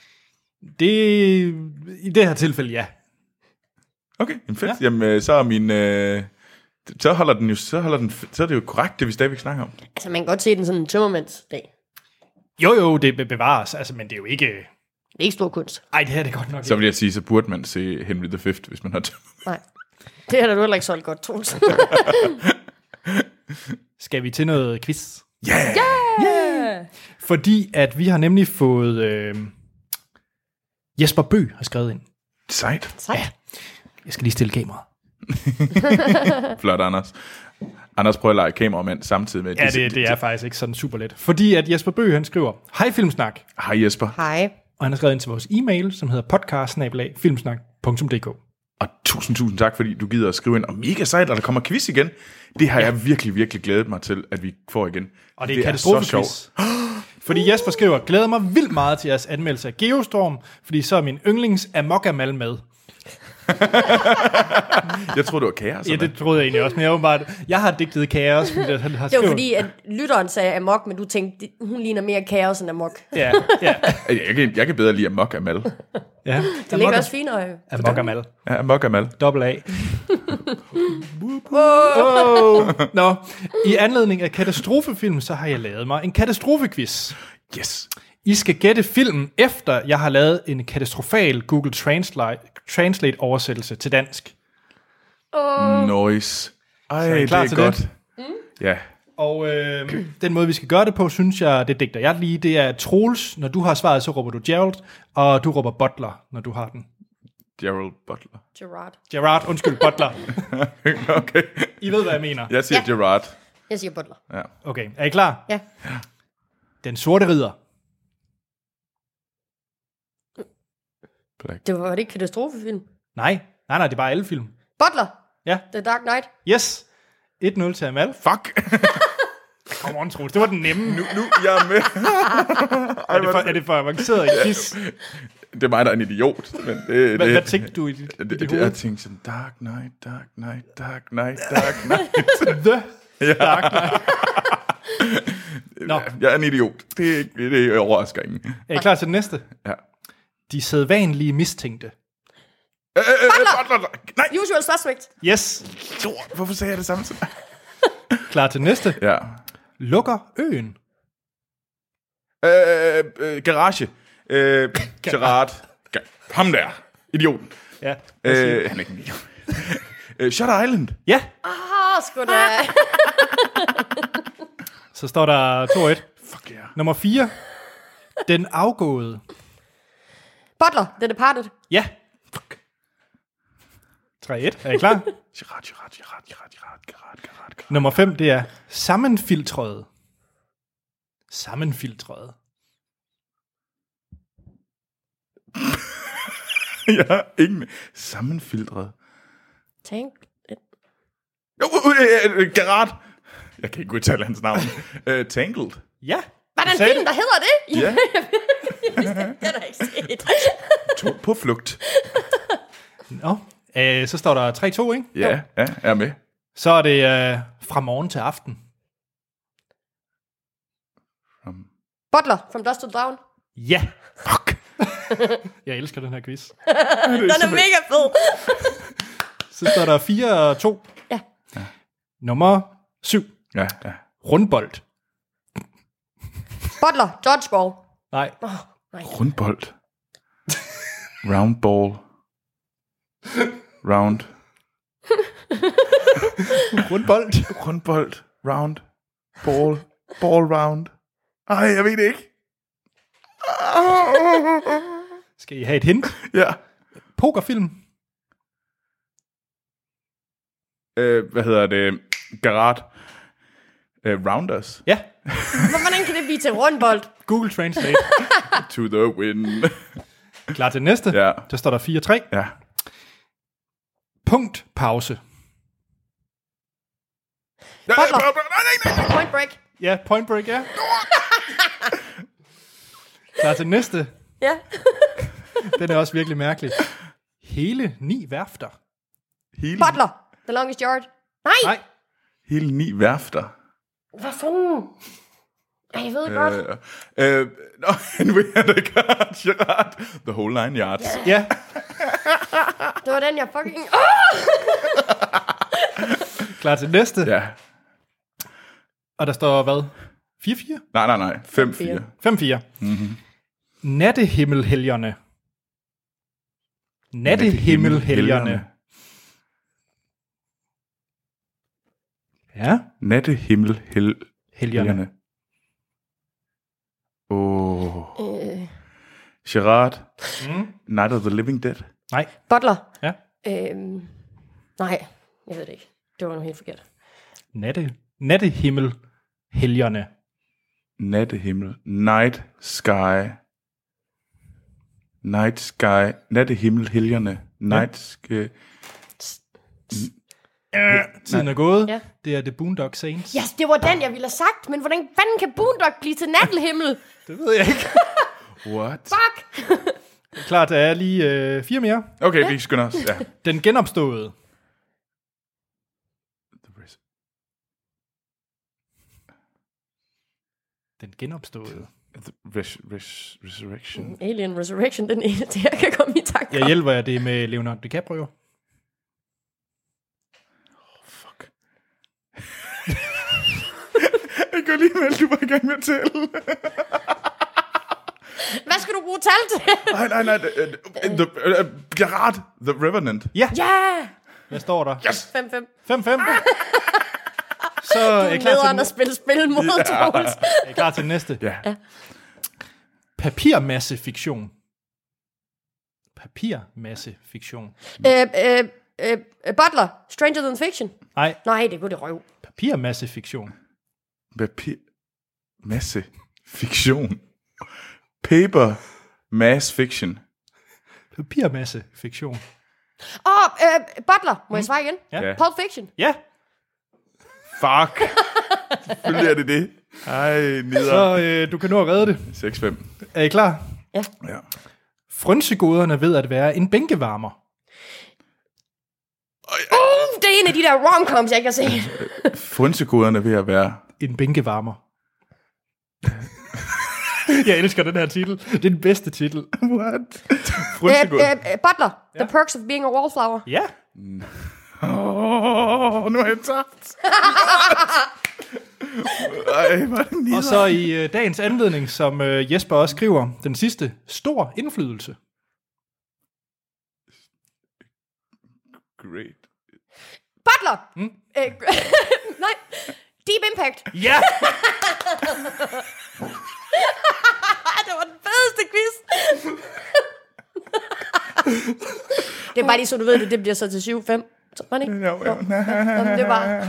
Det, i det her tilfælde, ja. Okay, fedt. Ja. Jamen, så er min... Øh, så holder den jo... Så, holder den, så er det jo korrekt, det vi stadigvæk snakker om. Altså, man kan godt se den sådan en tømmermandsdag. Jo, jo, det bevares, altså, men det er jo ikke... Det er ikke stor kunst. Ej, det her det er godt nok. Så vil jeg sige, så burde man se Henry the Fifth, hvis man har tømmer. Nej, det har du heller ikke solgt godt, Troels. skal vi til noget quiz. Yeah! Yeah! Fordi at vi har nemlig fået... Øh, Jesper Bøg har skrevet ind. Sejt. Sejt. Jeg skal lige stille kameraet. Flot, Anders. Anders prøver at lege kameramand samtidig med... Ja, det, det er faktisk ikke sådan super let. Fordi at Jesper Bøg, han skriver, hej Filmsnak. Hej Jesper. Hej. Og han har skrevet ind til vores e-mail, som hedder podcast bindestreg filmsnak punktum d k. Og tusind, tusind tak, fordi du gider at skrive ind. Og mega sejt, at der kommer quiz igen. Det har jeg virkelig, virkelig glædet mig til, at vi får igen. Og det er en katastrofequiz. Fordi Jesper skriver, glæder mig vildt meget til jeres anmeldelse af Geostorm, fordi så er min yndlings Amokamal med. Jeg troede, det var kaos. Ja, det troede jeg egentlig også, men jeg, bare, jeg har digtet kaos, fordi han har Det var skrevet. fordi, at lytteren sagde amok, men du tænkte, hun ligner mere kaos end amok. Ja, ja, Jeg kan, jeg kan bedre lide Amok Amal. ja. Det ligger også finere. Amokamal. Ja, Amok Amal. Dobbelt A. Oh. Nå, i anledning af katastrofefilm, så har jeg lavet mig en katastrofequiz. Yes. I skal gætte filmen, efter jeg har lavet en katastrofal Google Translate, Translate oversættelse til dansk. Nice. Ej, Så er I det klar er til godt. det? Ja. Og øh, den måde, vi skal gøre det på, synes jeg, det digter jeg lige, det er Troels. Når du har svaret, så råber du Gerald, og du råber Butler, når du har den. Gerald Butler. Gerard. Gerard, undskyld, Butler. Okay. I ved, hvad jeg mener. Jeg siger Ja. Gerard. Jeg siger Butler. Ja. Okay, er I klar? Ja. Den sorte ridder. Black. Det var det ikke katastrofefilm. Nej, nej, nej, det er bare alle film. Butler. Ja. The Dark Knight. Yes. et nul til Amal. Fuck. Come on, Troels. Det var den nemme. nu, nu, jeg er med. Er det for, er det for avanceret i quiz? Det er mig, der er en idiot. Men det, Hvad, det, hvad tænkte du i dit, det, i det, dit det, jeg hoved? tænkte sådan, Dark Knight, Dark Knight, Dark Knight, Dark Knight. The Dark Knight. Nå. Jeg er en idiot. Det er, ikke- det er overrasker ingen. Er I klar til den næste? Ja. De sædvanlige mistænkte. Øh, øh, Butler. Nej. Usual Suspect. Yes. Hvorfor sagde jeg det samme? Klar til den næste? Ja. Lukker øen. Øh, øh, garage. Øh, Gerard. Ga- Ham der. Idioten. Ja. hvad siger du? Øh, han er ikke en idiot. øh, Shutter Island. Ja. Ah, sgu da. Så står der to et. Fuck yeah. Nummer fire. Den afgåede. Butler. The Departed. Ja. Fuck. tre et. Er I klar? Gerard, Gerard, Gerard, Gerard, Gerard, Gerard, Gerard, Gerard. Nummer fem, det er sammenfiltrede. Sammenfiltrede. Jeg har ingen sammenfiltret. Tank. Jo, øh, øh, øh, Gerard. Jeg kan ikke udtale hans navn. uh, Tangled. Ja. Var der en Sagde film, det? der hedder det? Ja. Den har jeg ikke set. To på flugt. Nå. Øh, så står der tre to, ikke? Ja, ja, jeg er med. Så er det øh, fra morgen til aften. Um, Butler. From Dust to Dawn. Ja. fuck. Jeg elsker den her quiz. Den er mega fed. Så står der fire og to. Ja. Nummer syv. Ja, ja. Rundbold. Butler. Dodgeball. Nej. Oh, nej. Rundbold. Round ball. Round. Rundbold. Rundbold. Round. Ball. Ball round. Ej, jeg ved det ikke. Skal I have et hint? Ja. Pokerfilm. Øh, hvad hedder det? Gerard. Øh, Rounders. Ja. Men hvordan kan det blive til rundbold? Google Translate. To the win. Klar til den næste? Ja. Der står der fire tre. Ja. Punkt pause. Butler. Nej, nej, nej. Point Break. Ja, Point Break, ja. Klar til den næste? Ja. Den er også virkelig mærkelig. Hele ni værfter. Hele, Butler. The Longest Yard. Nej. Nej. hele ni værfter. Hvad fanden? Ej, jeg ved det godt. Øh, øh, no, anyway, the Gerard, Gerard. The whole nine yards. Ja. Det var den, jeg fucking... Oh! Klar til den næste? Ja. Og der står hvad? fire fire? Nej, nej, nej. fem fire. fem fire. Mm-hmm. Nattehimmelhelgerne. Nattehimmelhelgerne. Ja. Nattehimmel hel, Helgerne. Åh. Oh. Øh, Gerard. Mm. Night of the Living Dead. Nej. Butler. Ja. Øhm, nej, jeg ved det ikke. Det var noget helt forkert. Natte, nattehimmel. Helgerne. Nattehimmel. Night Sky. Night Sky. Nattehimmel helgerne. Night Sky. Øh, tiden er gået. Ja. Det er The Boondock Saints. Ja, yes, det var den, jeg ville have sagt, men hvordan fanden kan Boondock blive til nattelhimmel? Det ved jeg ikke. What? Fuck! Klart, der er lige øh, fire mere. Okay, ja. Vi skynder os. Ja. Den genopståede. Den genopståede. The res- res- resurrection. Alien Resurrection, den eneste, jeg kan komme i tanke om. Jeg hjælper jer det med Leonardo DiCaprio. Fuck. Jeg kan lige med, du var i gang med at tælle. Hvad skal du bruge tal til? Nej, nej, nej. The, the, uh, Gerard, The Revenant. Ja. Ja! Hvad står der? Yes! fem fem. fem fem. Så Du er er jeg klar til nederen den, at spille spil mod ja. Troels. er jeg klar til den næste. Ja. Ja. Papirmassefiktion. Papirmassefiktion. øh, øh, øh, Butler, Stranger Than Fiction. Nej, Nej, det kunne det røv. papirmassefiktion. Papir. Masse. Fiktion. Paper. Mass fiction. Papirmassefiktion. Åh, oh, øh, Butler, må jeg svare igen? Ja. Ja. Pulp Fiction. Ja, Fuck. Selvfølgelig er det det. Ej, neder. så øh, du kan nå at redde det. seks fem. Er I klar? Ja. Ja. Frynsegoderne ved at være en bænkevarmer. Uh, det er en af de der rom-coms, jeg ikke har set. Frynsegoderne ved at være... En bænkevarmer. Jeg elsker den her titel. Det er den bedste titel. What? Øh, Frynsegoder. øh, øh, Butler, ja. The Perks of Being a Wallflower. Ja. Åh, oh, nu har jeg tabt. Ej, hvor er det neder. Og så i øh, dagens anledning, som øh, Jesper også skriver, den sidste, stor indflydelse. Great. Butler! Mm. Øh, nej, Deep Impact. Ja! Det var den fedeste quiz. Det er bare lige så du ved det, det bliver så til syv fem. Så var det ikke? Jo, jo. Jamen, det var.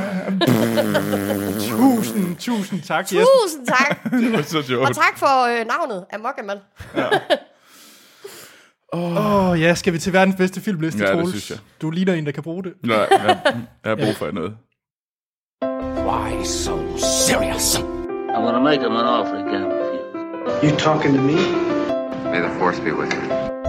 Tusind, tusind tak, Jesper. Tusind tak. Det var så sjovt. Og tak for øh, navnet af Mokkaman. Åh oh, ja, skal vi til verdens bedste filmliste, Ja, det Troels? synes jeg. Du ligner en, der kan bruge det. Nej, jeg, jeg har brug for noget. Why so serious? I'm gonna make him an offer he can't refuse. You talking to me? May the force be with you.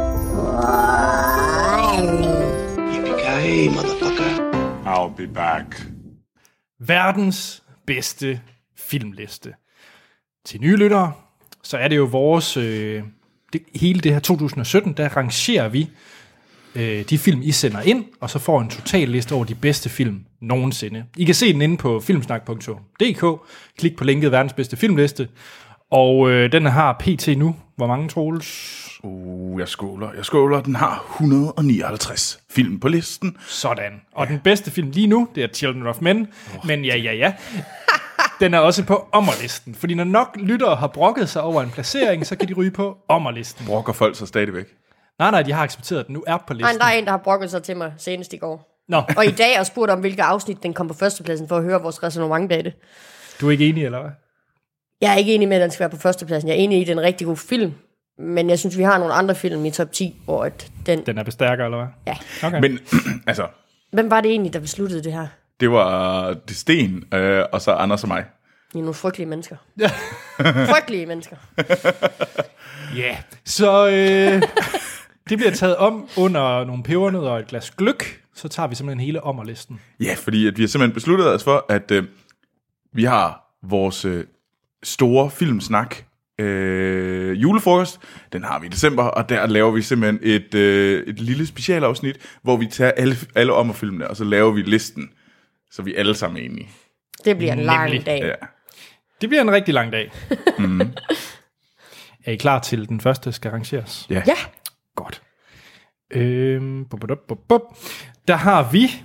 Yippee-ki-yay, motherfucker. I'll be back. Verdens bedste filmliste. Til nye lyttere, så er det jo vores... Øh, det, hele det her to tusind og sytten, der rangerer vi øh, de film, I sender ind, og så får en total liste over de bedste film nogensinde. I kan se den inde på filmsnak punktum d k. Klik på linket verdens bedste filmliste. Og øh, den har pt. Nu. Hvor mange, Troels? Uh, jeg skåler. Jeg skåler. Den har et hundrede og nioghalvtreds film på listen. Sådan. Og den bedste film lige nu, det er Children of Men. Oh, Men ja, ja, ja. Den er også på ommerlisten. Fordi når nok lyttere har brokket sig over en placering, så kan de ryge på ommerlisten. Brokker folk så stadigvæk. Nej, nej, de har accepteret, at den nu er på Nej, listen. der er en, der har brokket sig til mig senest i går. Nå, Og i dag har spurgt om, hvilke afsnit den kom på førstepladsen, for at høre vores resonemang bag det. du er ikke enig, eller hvad? Jeg er ikke enig med, at den skal være på førstepladsen. Jeg er enig i, at det er en rigtig god film. Men jeg synes, vi har nogle andre film i top ti, hvor at den... Den er bestærker, eller hvad? Ja. Okay. Men altså, Hvem var det egentlig, der besluttede det her? det var det Sten, øh, og så Anders og mig. I er nogle frygtelige mennesker. Frygtelige mennesker. Ja, yeah. Så øh, det bliver taget om under nogle pebernødder og et glas gløk. Så tager vi simpelthen hele ommerlisten. Ja, fordi at vi har simpelthen besluttet os for, at øh, vi har vores øh, store filmsnak øh, julefrokost. Den har vi i december, og der laver vi simpelthen et, øh, et lille specialafsnit, hvor vi tager alle, alle ommerfilmene, og så laver vi listen, så vi alle sammen er enige. Det bliver en lang Nemlig. dag. Ja. Det bliver en rigtig lang dag. mm. Er I klar til den første skal arrangeres? Ja. Ja. Godt. Øhm, bup, bup, bup, bup. Der har vi,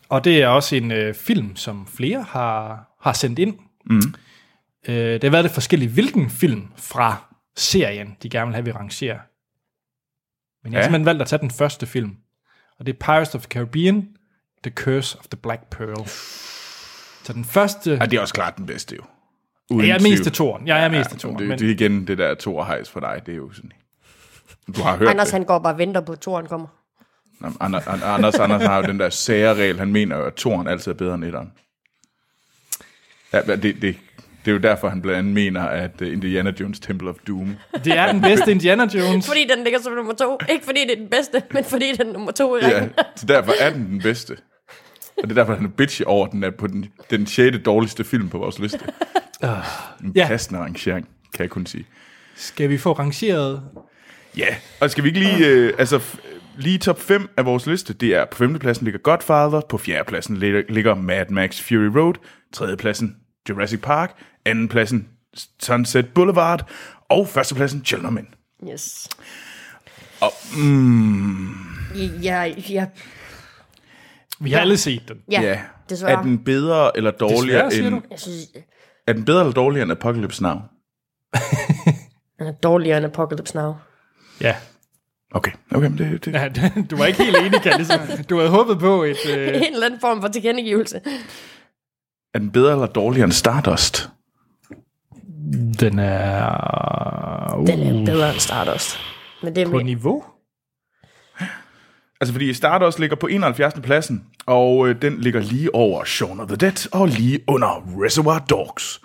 Og det er også en øh, film, som flere har, har sendt ind. Mm. Øh, det har været lidt forskelligt, hvilken film fra serien, de gerne vil have, vi rangerer. Men jeg har ja. simpelthen valgt at tage den første film. Og det er Pirates of the Caribbean, The Curse of the Black Pearl. Så den første... Ja, det er også klart den bedste jo. Uden jeg er mest til toren. Jeg er mest til toren. Det, men... det er igen det der Thor-hejs for dig. Det er jo sådan... Du har hørt Anders det. han går bare og venter på, at toren kommer. Anders, Anders, Anders har jo den der sære regel. Han mener jo, at toren altid er bedre end etteren. Ja, det, det, det er jo derfor, han blandt andet mener, at Indiana Jones Temple of Doom... Det er den bedste Indiana Jones. Fordi den ligger som nummer to. Ikke fordi det er den bedste, men fordi den er nummer to i rækken. Ja, så derfor er den den bedste. Og det er derfor, han er bitchy over, den er på den, den sjette dårligste film på vores liste. En ja. passende rangering, kan jeg kun sige. Skal vi få rangeret? Ja, og skal vi ikke lige... Øh, altså, f- lige top fem af vores liste, det er på femtepladsen ligger Godfather, på fjerdepladsen ligger, ligger Mad Max Fury Road, tredjepladsen Jurassic Park, andenpladsen Sunset Boulevard, og førstepladsen Children of Men. Yes. Og, mm, Ja, ja, Vi har alle set den. ja, ja, desværre. er den bedre eller dårligere Desværre, siger end... du? Jeg synes, Er den bedre eller dårligere end Apocalypse Now? den er dårligere end Apocalypse Now. Ja. Okay, okay, men det... det. ja. Du var ikke helt enig, kan ligesom. Du havde håbet på et... Øh... En eller anden form for tilkendegivelse. Er den bedre eller dårligere end Stardust? Den er... Uh, Den er bedre end Stardust. Men det er på mere. niveau? Altså, fordi Stardust ligger på enoghalvfjerdsende pladsen, og øh, den ligger lige over Shaun of the Dead, og lige under Reservoir Dogs.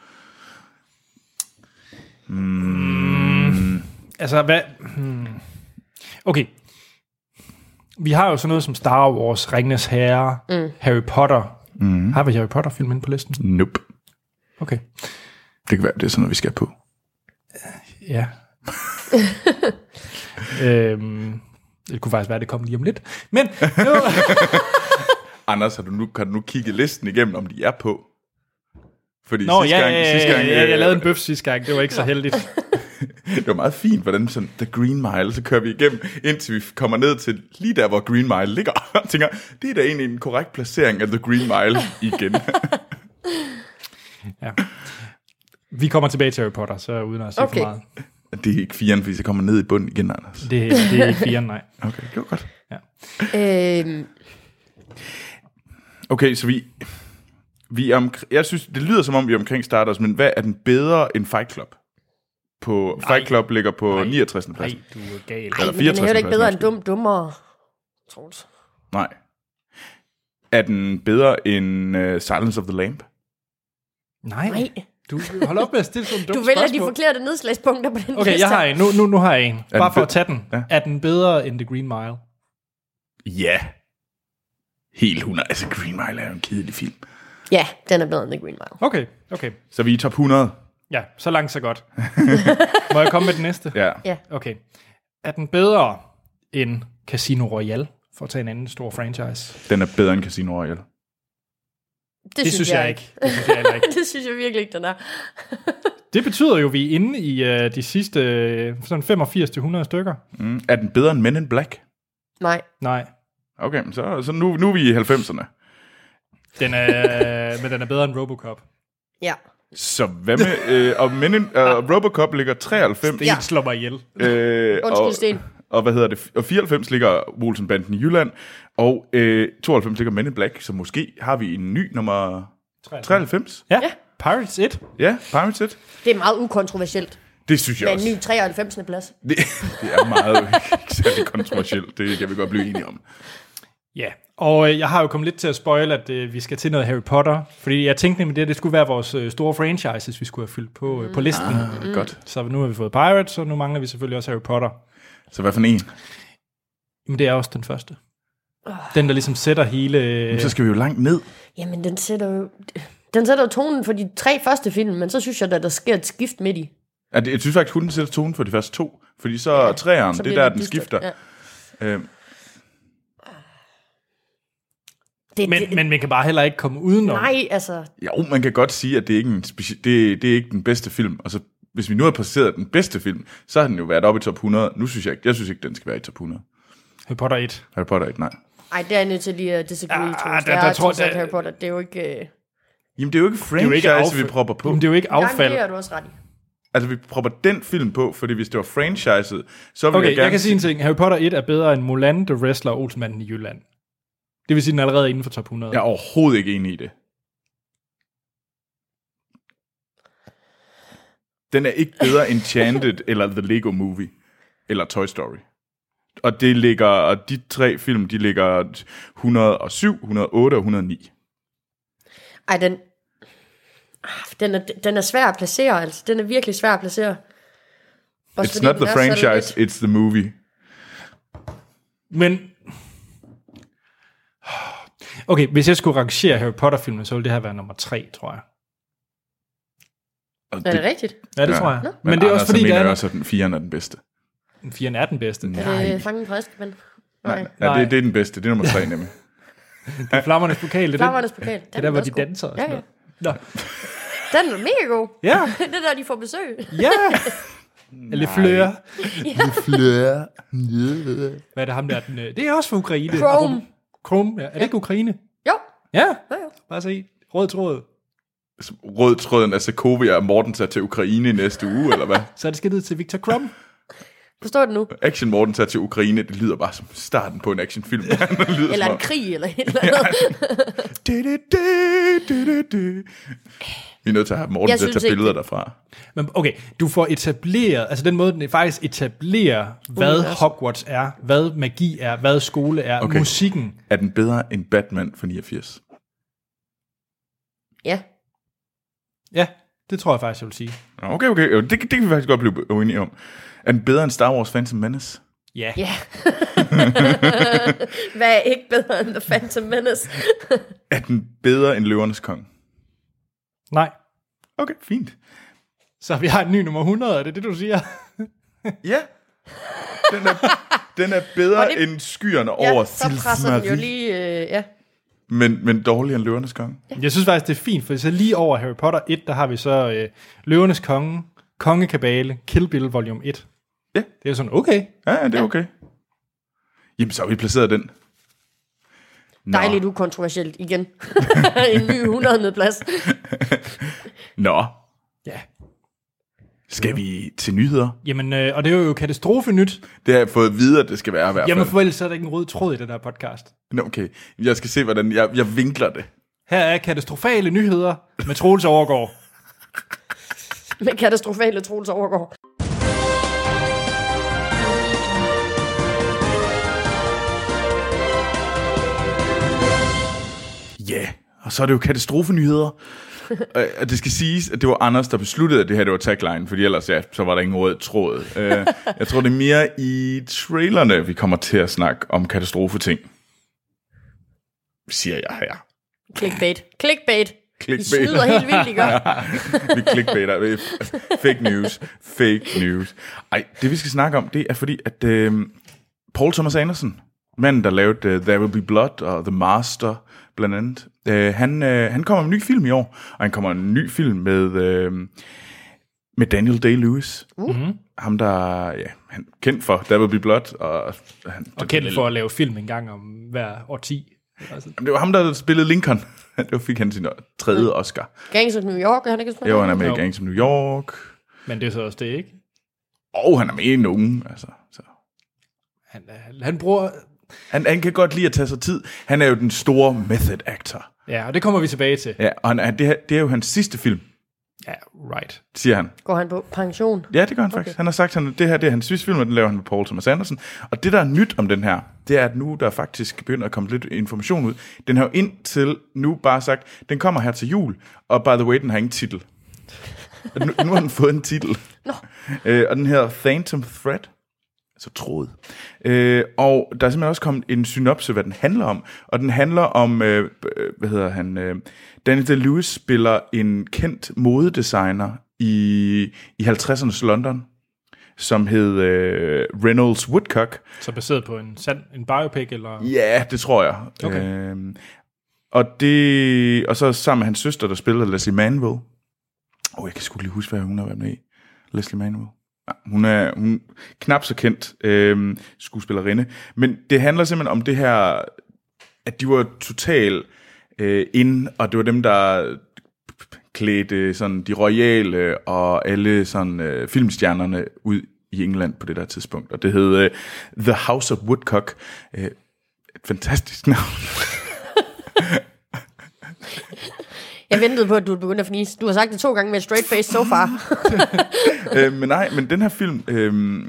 Mm. Altså, hvad... Hmm. Okay. Vi har jo sådan noget som Star Wars, Ringenes Herre, mm. Harry Potter. Mm. Har vi Harry Potter-film inde på listen? Nope. Okay. Det kan være, det er sådan noget, vi skal på. Ja. øhm, det kunne faktisk være, det kom lige om lidt. Men... Nu... Anders, har du nu, kan du nu kigge listen igennem, om de er på? Fordi Nå, sidste ja, gang, ja, ja, sidste gang, ja, ja, jeg øh, lavede en bøf sidste gang. Det var ikke så heldigt. Det var meget fint, hvordan sådan, The Green Mile, så kører vi igennem, indtil vi kommer ned til lige der, hvor Green Mile ligger. Og tænker, det er da egentlig en korrekt placering af The Green Mile igen. Ja. Vi kommer tilbage til Harry Potter, så uden at sige Okay. for meget. Det er ikke firen, fordi jeg kommer ned i bunden igen, Anders. Det, det er ikke firen, nej. Okay, det var godt. Ja. Øhm, Okay, så vi... vi er omkring, jeg synes, det lyder som om, vi er omkring Stardust, men hvad er den bedre end Fight Club? På, Nej. Fight Club ligger på Nej. niogtresinde plads. Nej, du er gal. Eller ej, men den er fireogtres jo ikke bedre end måske. dum, dummere. Troels. Nej. Er den bedre end uh, Silence of the Lamb? Nej. Nej. Du hold op med at stille sådan en dum Du vælger de spørgsmål. forkerte nedslagspunkter på den Okay, liste. jeg har en. Nu, nu, nu har jeg en. den Bare for fed? at tage den. Ja. Er den bedre end The Green Mile? Ja. Helt hundrede. Altså, Green Mile er jo en kedelig film. Ja, den er bedre end The Green Mile. Okay, okay. Så vi er i top hundrede. Ja, så langt, så godt. Må jeg komme med den næste? Ja. Ja. Okay. Er den bedre end Casino Royale, for at tage en anden stor franchise? Den er bedre end Casino Royale. Det, Det synes jeg ikke. Det synes jeg heller ikke. det synes jeg virkelig ikke, den er. Det betyder jo, at vi er inde i uh, de sidste uh, sådan femogfirs til hundrede stykker. Mm. Er den bedre end Men in Black? Nej. Nej. Okay, så, så nu, nu er vi i halvfemserne. Den er, men den er bedre end Robocop. Ja. Så hvad med... Øh, og Men in, øh, Robocop ligger treoghalvfems. Det Ja. slår mig ihjel. Øh, Undskyld, og, Sten. og hvad hedder det? Og fireoghalvfems ligger Olsenbanden i Jylland. Og øh, tooghalvfems ligger Men in Black. Så måske har vi en ny nummer treoghalvfems. Ja, Pirates et. Ja, Pirates et. Det er meget ukontroversielt. Det synes jeg Med også. en ny treoghalvfems plads. Det, det er meget ikke særlig kontroversielt. Det kan vi godt blive enige om. Ja, og øh, jeg har jo kommet lidt til at spoil, at øh, vi skal til noget Harry Potter. Fordi jeg tænkte nemlig, det, at det skulle være vores øh, store franchises, vi skulle have fyldt på, øh, på listen. Ah, godt. Så nu har vi fået Pirates, og nu mangler vi selvfølgelig også Harry Potter. Så hvad for en? Men det er også den første. Den, der ligesom sætter hele... Men så skal vi jo langt ned. Jamen, den sætter jo... Den sætter jo tonen for de tre første film, men så synes jeg, at der sker et skift midt i. Ja, det, jeg synes faktisk kun, den sætter tonen for de første to. Fordi så ja, træeren, så det er bliver der, det den dystert, skifter. ja. Øh, Det, Men, det, men man kan bare heller ikke komme udenom. nej, altså... jo, man kan godt sige, at det er ikke, en speci- det, det er ikke den bedste film. Og så, hvis vi nu har præsenteret den bedste film, så har den jo været oppe i top hundrede. Nu synes jeg ikke, jeg synes ikke, den skal være i top hundrede. Harry Potter et. Harry Potter et, nej. Ej, det er jeg nødt til lige at disagree, Ah, Troels. der- Det der er tror- trods alt der- Harry Potter. Det er jo ikke... Øh... Jamen, det er jo ikke Det er jo ikke franchise, vi affald. propper på. Jamen, det er jo ikke Jamen, affald. det har du også ret i. Altså, vi propper den film på, fordi hvis det var franchiset, så ville Okay, jeg gerne... jeg kan sige en ting. Harry Potter et er bedre end Mulan, The Wrestler og Olsenmanden i Jylland. Det vil sige, den er allerede inden for top hundrede. Jeg er overhovedet ikke enig i det. Den er ikke bedre end Enchanted, eller The Lego Movie, eller Toy Story. Og det ligger, og de tre film, de ligger et hundrede og syv, et hundrede og otte og et hundrede og ni. Ej, den... Ah, Den er, den er svær at placere, altså. Den er virkelig svær at placere. Også It's fordi not den the er så franchise, lidt- it's the movie. Men... Okay, hvis jeg skulle rangere Harry Potter-filmen, så ville det her være nummer tre, tror jeg. Og Er det rigtigt? Ja, det Ja. tror jeg. Men, Men det er også fordi, der der er er også, at den firen er den bedste. den firen er den bedste. Er det Fangen på Azkaban? Nej. Ja, det, det er den bedste. Det er nummer tre, nemlig. Det er Flammernes Pokal. Det er, Flammernes den, Pokal. det er der, hvor de danser og Ja, sådan ja. noget. Nå. Den er mega god. Ja, Det er der, de får besøg. ja. Eller fløre. Fleur. Hvad er det ham der? Den, øh, det er også fra Ukraine. Chrome. Chrome, ja. Er det ikke Ukraine? Jo. Ja, Jo, jo. bare se. Rød tråd. Rød tråden af Sokovia og Morten tager til Ukraine i næste uge, eller hvad? Så er det skidtet til Victor Crumb. Forstår det nu? Action Morten tager til Ukraine, det lyder bare som starten på en actionfilm. Det lyder Eller som en krig, eller et eller andet. Du, du, du, du, du. Vi er nødt til at have Morten Jeg til at synes tage ikke, billeder det- derfra. Men okay, du får etableret, altså den måde, den faktisk etablerer, hvad Univers. Hogwarts er, hvad magi er, hvad skole er, Okay. musikken. Er den bedre end Batman fra niogfirs? Ja. Ja, det tror jeg faktisk, jeg vil sige. Okay, okay. Jo, det, det kan vi faktisk godt blive uenige om. Er den bedre end Star Wars Phantom Menace? Ja. Ja. Hvad er ikke bedre end The Phantom Menace? Er den bedre end Løvernes Konge? Nej. Okay, fint. Så vi har en ny nummer hundrede, er det det, du siger? Ja. Den er, den er bedre Og det- end skyerne Ja, over så presser den jo Silmarillion. lige... Øh, ja. Men, men dårligere end Løvernes Konge? Jeg synes faktisk, det er fint, for så lige over Harry Potter et, der har vi så øh, Løvernes Konge, Kongekabale, Kill Bill volume et. Ja. Det er jo sådan, okay. Ja, ja, det er okay. Jamen, så har vi placeret den. Nå. Dejligt ukontroversielt igen. En ny hundrede plads. Nå. Ja. Skal vi til nyheder? Jamen, øh, og det er jo katastrofe nyt. Det har jeg fået at vide, at det skal være i hvert fald. Jamen, for ellers så er der ikke en rød tråd i den her podcast. Nå, okay, jeg skal se, hvordan jeg, jeg vinkler det. Her er katastrofale nyheder med Troels Overgaard. Med katastrofale Troels Overgaard. Ja, yeah. Og så er det jo katastrofenyheder. Og og det skal siges, at det var Anders, der besluttede, at det her det var tagline, fordi ellers ja, så var der ingen rød tråd. Uh, jeg tror, det er mere i trailerne, vi kommer til at snakke om katastrofeting. Siger jeg her. Clickbait. Clickbait. Vi Clickbait. snyder helt vildt, I gør. Vi clickbaiter. Vi- Fake news. Fake news. Ej, det vi skal snakke om, det er fordi, at uh, Paul Thomas Anderson, manden, der lavede uh, There Will Be Blood og The Master, blandt andet, uh, han, uh, han kommer med en ny film i år, og han kommer med en ny film med, uh, med Daniel Day-Lewis. Mm-hmm. Ham, der ja, han er kendt for There Will Be Blood. Og, han, Og kendt for at lave film en gang om hver årti. Altså, Det var ham, der spillede Lincoln. Det fik han sin tredje Oscar. Gangs of New York, er han ikke spillet? Jo, han er med Jo. i Gangs of New York. men det er så også det, ikke? Og han er med i nogen, altså. Så. Han, han, han bruger... Han, han kan godt lide at tage sig tid. Han er jo den store method actor. Ja, og det kommer vi tilbage til. Ja, og han, er- det, her, det er jo hans sidste film, Ja, right. siger han. Går han på pension? Ja, det gør han faktisk. Han har sagt, at det her det er hans sidste film, og den laver han med Paul Thomas Anderson. Og det, der er nyt om den her, det er, at nu der faktisk begynder at komme lidt information ud. Den har jo indtil nu bare sagt, den kommer her til jul, og by the way, den har ingen titel. Nu, nu har den fået en titel. Nå. Øh, og den hedder Phantom Thread. Så tråd. Øh, og der er simpelthen også kommet en synopse, hvad den handler om. Og den handler om, øh, hvad hedder han, øh, Daniel Day-Lewis spiller en kendt modedesigner i, i halvtredsernes London, som hed øh, Reynolds Woodcock. Så baseret på en, sand, en biopic, eller... Ja, det tror jeg. Okay. Øh, og, det, og så sammen med hans søster, der spiller Leslie Manville. Åh, oh, jeg kan sgu lige huske, hvad hun har været med i. Leslie Manville. Hun er hun er knap så kendt øh, skuespillerinde. Men det handler simpelthen om det her, at de var totalt øh, ind, og det var dem, der klædte sådan de royale og alle sådan øh, filmstjernerne ud i England på det der tidspunkt. Og det hed øh, The House of Woodcock. Øh, et fantastisk navn. Jeg ventede på, at du begyndte at fnise. Du har sagt det to gange med et straight face so far. øh, men nej, men den her film, øh,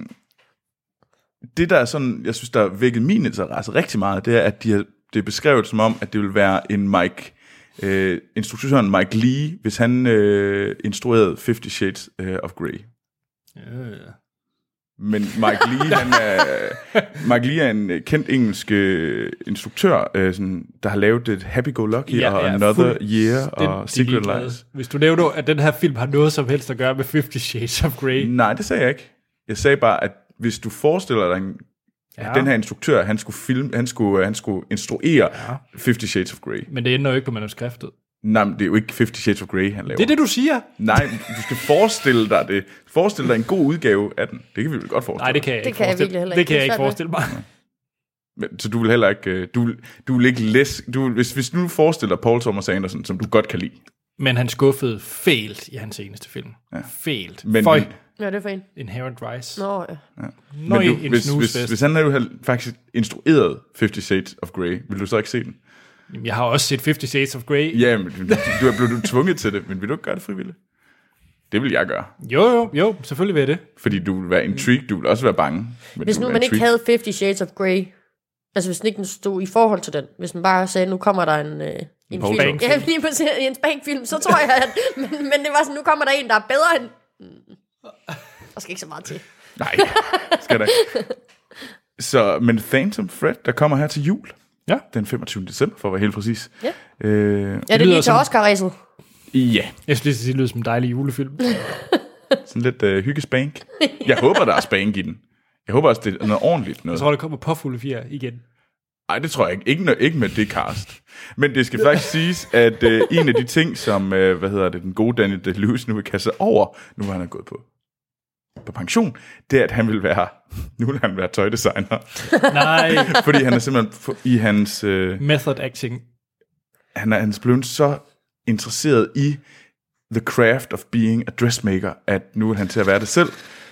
det der er sådan, jeg synes, der vækkede min interesse rigtig meget, det er, at de har, det er beskrevet som om, at det vil være en Mike, øh, instruktøren Mike Leigh, hvis han øh, instruerede Fifty Shades øh, of Grey. Øh. Men Mike Leigh, han er, Mike Leigh er en kendt engelsk øh, instruktør, øh, sådan, der har lavet et Happy Go Lucky Ja, og ja, Another fuld- Year Den- og de er Secret ligeglade. Lies. Hvis du nævner, at den her film har noget som helst at gøre med Fifty Shades of Grey. Nej, det sagde jeg ikke. Jeg sagde bare, at hvis du forestiller dig, en, ja. Ja. at den her instruktør, han skulle, film, han skulle, han skulle instruere Ja. Fifty Shades of Grey. Men det ender jo ikke på manuskriptet. Nej, men det er jo ikke Fifty Shades of Grey, han laver. Det er det, du siger? Nej, du skal forestille dig det. Forestille dig en god udgave af den. Det kan vi vel godt forestille. Nej, det kan jeg Det ikke kan jeg forestille. virkelig heller Det ikke. kan jeg Det ikke er svært forestille mig. Men, så du vil heller ikke... øh, Du vil, du vil ikke læse... Du vil, hvis, hvis du nu forestiller Paul Thomas Anderson, som du godt kan lide. Men han skuffede fælt i hans seneste film. Ja. Fælt. Men, Føj. men, Ja, det er for en. Inherent Vice. Nå, ja. Nøj, men du, en hvis, snusfest. hvis, hvis han havde faktisk instrueret Fifty Shades of Grey, vil du så ikke se den? Jamen, jeg har også set Fifty Shades of Grey. Ja, men du, du er blevet tvunget til det, men vil du ikke gøre det frivilligt? Det vil jeg gøre. Jo, jo, jo, selvfølgelig vil jeg det. Fordi du vil være intrigued, du vil også være bange. Men Hvis du nu vil man være ikke intrigued. havde Fifty Shades of Grey, altså hvis den ikke stod i forhold til den, hvis man bare sagde, nu kommer der en, øh, en Paul film, Thomas. ja, lige præcis, en Spank-film, så tror jeg, at, men, men det var sådan, nu kommer der en, der er bedre end, der skal ikke så meget til. Nej, skal der ikke. Så, men Phantom Thread, der kommer her til jul. Ja. Den femogtyvende december, for at være helt præcis. Ja. Øh, Ja, det lyder er lige til som- Oscar-ræset. ja, Jeg synes, det lyder som en dejlig julefilm. sådan lidt uh, hyggespank. Jeg håber, der er spank i den. Jeg håber også, det er noget ordentligt noget. Jeg tror, der kommer påfulde fire igen. Nej, det tror jeg ikke. Ikke, ikke med det cast. Men det skal faktisk siges, at uh, en af de ting, som, uh, hvad hedder det, den gode Daniel Day-Lewis nu vil kaste over, nu hvor han er gået på, på pension, det er, at han vil være, nu vil han være tøjdesigner. Nej. Fordi han er simpelthen f- i hans, uh, Method acting. han er, han er blevet så interesseret i the craft of being a dressmaker, at nu er han til at være det selv.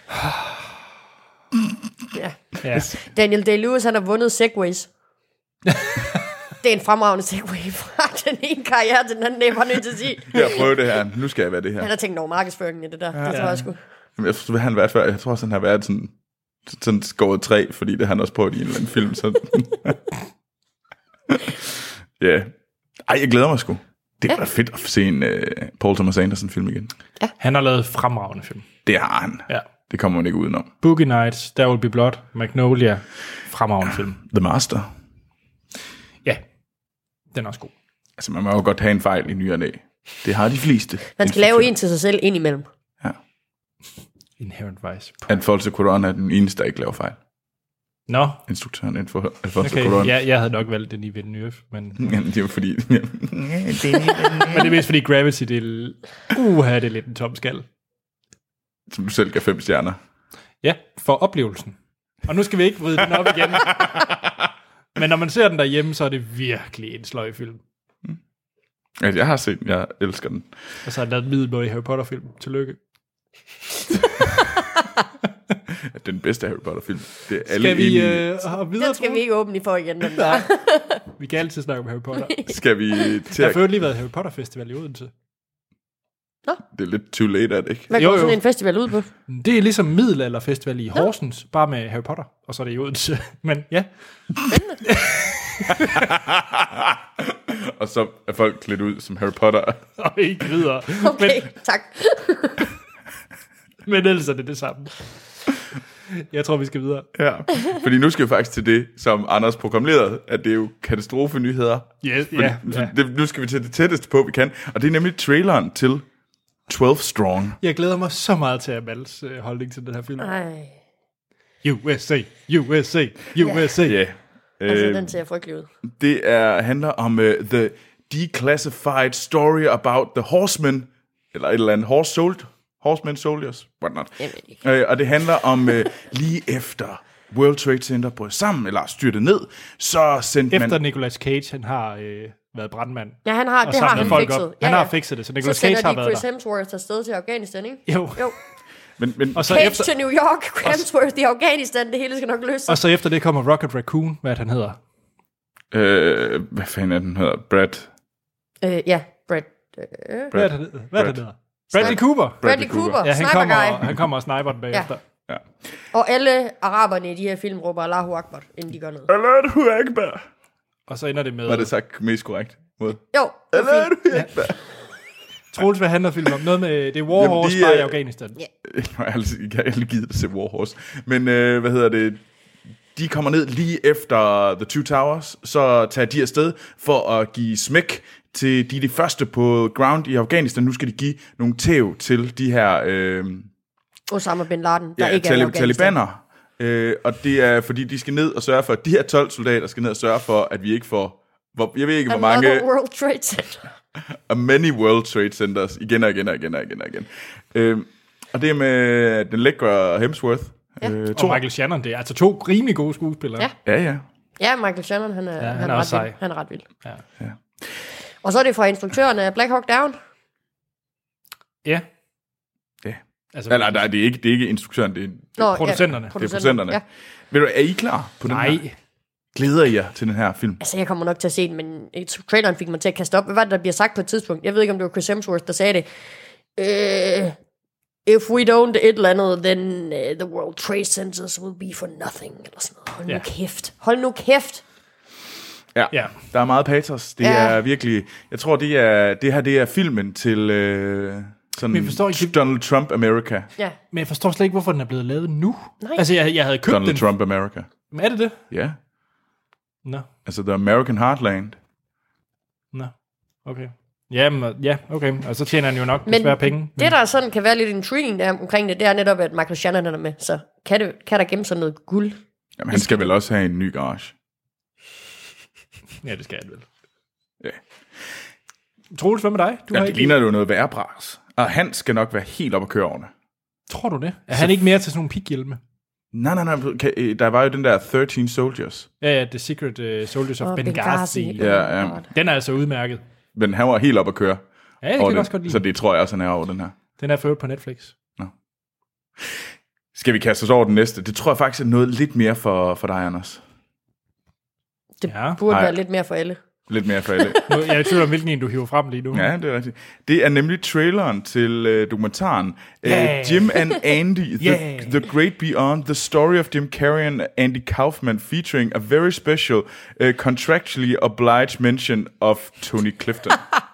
Ja. Ja. Daniel Day-Lewis, han har vundet Segways. Det er en fremragende Segway fra den ene karriere til den anden, det er jeg bare nødt til at sige. Jeg prøver det her. Nu skal jeg være det her. Han har tænkt over markedsføringen i det der. Det tror jeg sgu. Jamen, jeg tror, han været før. Jeg tror også, han har været sådan, sådan skåret træ, fordi det har han også prøvet i en eller anden film. Så. Ja. yeah. Ej, jeg glæder mig sgu. Det er ja. fedt at se en uh, Paul Thomas Anderson film igen. Han har lavet fremragende film. Det har han. Ja. Det kommer man ikke udenom. Boogie Nights, There Will Be Blood, Magnolia, fremragende film. The Master. Ja, den er også god. Altså, man må jo godt have en fejl i ny og næ. Det har de fleste. Man skal lave en til sig selv indimellem. Ja. Inherent Vice. Alfonso Cuarón er den eneste, der ikke laver fejl. Nå, Instruktøren inden for Alfonso okay. Cuarón. Ja, jeg havde nok valgt den i Villeneuve, men, Ja, det er jo fordi... men det er mest fordi Gravity, det er, uha, det er lidt en tom skal. som du selv gav fem stjerner. Ja, for oplevelsen. Og nu skal vi ikke vride den op igen. Men når man ser den derhjemme, så er det virkelig en sløj film. Altså, jeg har set den. Jeg elsker den. Og så har jeg lavet middelmåde i Harry Potter-film. Tillykke. Den bedste Harry Potter-film. Det er alle Skal vi enige. øh, hoppe videre? Den skal Troels? vi ikke åbne i for igen. Den der. Vi kan altid snakke om Harry Potter. Skal vi til Jeg at... har før lige været Harry Potter Festival i Odense. Det er lidt too late, er det ikke? Hvad Jo, går jo. sådan en festival ud på? Det er ligesom middelalderfestival i Horsens, bare med Harry Potter, og så er det i Odense. Men ja, Og så er folk klædt ud som Harry Potter. og ikke videre. Okay, tak. Men, men ellers er det det samme. Jeg tror, vi skal videre. Ja. Fordi nu skal vi faktisk til det, som Anders programmerede, at det er jo katastrofenyheder. Yes, Fordi, ja, ja. Det, nu skal vi til det tætteste på, vi kan. Og det er nemlig traileren til tolv Strong. Jeg glæder mig så meget til Amals øh, holdning til den her film. Ej, U S A, U S A, U S A. Ja. altså Øh, den ser frygtelig ud. det er, handler om uh, The Declassified Story About the Horseman, eller et eller andet Horse Sold. Horsemen, Soldiers, whatnot. Jeg ved ikke. Øh, og det handler om øh, lige efter World Trade Center brød sammen, eller styrtet ned, så sendte Efter man... Nicolas Cage, han har øh, været brandmand. Ja, han har, og det har samlet han folk fikset. op. Ja, Han har ja. fikset det, så Så Nicolas sender Cage har de været Chris der. Hemsworth afsted til Afghanistan, ikke? Jo. Jo. Men, men, Og så, Cage efter, til New York, Hemsworth i Afghanistan, det hele skal nok løse sig. og så efter det kommer Rocket Raccoon, hvad han hedder. øh, hvad fanden er den hedder? Brad... Øh, ja, Brad. Øh, Hvad er det, hvad er det, hedder? Bradley Cooper. Bradley Cooper, Ja, han sniper kommer, guy. han kommer og sniper den bagefter. Ja. Og alle araberne i de her film råber Allahu Akbar, inden de gør noget. Allahu Akbar. Og så ender det med... Var det sagt mest korrekt? Måde? Jo, det er Allahu fint. Akbar. Troels, hvad handler filmen om? Noget med... Det er War Jamen, Horse de, bare i øh, Afghanistan. Ja. Jeg har aldrig, jeg har aldrig givet det til War Horse. Men øh, hvad hedder det? De kommer ned lige efter The Two Towers, så tager de afsted for at give smæk til de, er de første på ground i Afghanistan. Nu skal de give nogle tæv til de her øh, Osama Bin Laden, der ja, ikke er i tali- Afghanistan. talibaner. Øh, og det er fordi, de skal ned og sørge for, at de her tolv soldater skal ned og sørge for, at vi ikke får, hvor, jeg ved ikke, hvor mange, Another World Trade Center. a many World Trade Centers, igen og igen og igen og igen og igen. Øh, og det er med den lækre Hemsworth. Ja. Øh, Og Thor. Michael Shannon, det er altså to rimelig gode skuespillere. Ja. Ja, ja. Ja, Michael Shannon, han er, Ja, han han er er, også ret vild. sej. Han er ret vild. Ja. Ja. Og så er det fra instruktøren af Black Hawk Down. Ja. Ja. Altså, Nej, nej, nej, det er ikke, det er ikke instruktøren, det er, Nå, producenterne. Ja, det er producenterne. Ja. Ved du, er I klar på den her? nej. Glæder I jer til den her film? Altså, jeg kommer nok til at se den, men traileren fik mig til at kaste op. Hvad var det, der bliver sagt på et tidspunkt? Jeg ved ikke, om det var Chris Hemsworth, der sagde det. Uh, if we don't et eller andet, then uh, the World Trade Centers will be for nothing. Eller sådan noget. Hold nu Ja. kæft. Hold nu kæft. Ja, Ja. der er meget patos. Det Ja. er virkelig, jeg tror, det er det her det er filmen til øh, sådan Men jeg forstår ikke- Donald Trump America. Ja. Men jeg forstår slet ikke, hvorfor den er blevet lavet nu. Nej. Altså, jeg, jeg havde købt Donald den. Trump America. Men er det det? Ja, Nå, altså The American Heartland. nå. Okay. Ja, men, ja, okay. Og så tjener han jo nok Men desværre penge. det, der sådan kan være lidt intriguing der omkring det, det er netop, at Michael Shannon er med. Så kan, det, kan der gemme sig noget guld? Jamen, han skal vel også have en ny garage. Ja, det skal jeg vel. Ja. Troels, hvad med dig? Du Ja, har det ikke... ligner jo noget værbras. Og han skal nok være helt op at køre årene. Tror du det? Er han ikke mere til sådan nogle pighjelme? Nej, nej, nej. Kan, øh, der var jo den der thirteen Soldiers. Ja, ja, The Secret uh, Soldiers of Åh, Benghazi. Benghazi. Ja, ja. Den er altså udmærket. Men han var helt op at køre. Ja, det kan over jeg den. også godt lide. Så det tror jeg også, han er over den her. Den er for øvrigt på Netflix. Skal vi kaste os over den næste? Det tror jeg faktisk er noget lidt mere for, for dig, Anders. Det Ja. burde Nej. være lidt mere for alle. Lidt mere for alle. Nu, jeg er i tvivl om, hvilken en du hiver frem lige nu. Ja, det er rigtigt. Det er nemlig traileren til øh, dokumentaren Yeah. uh, Jim and Andy, the, Yeah. the Great Beyond, The Story of Jim Carrey and Andy Kaufman, featuring a very special, uh, contractually obliged mention of Tony Clifton.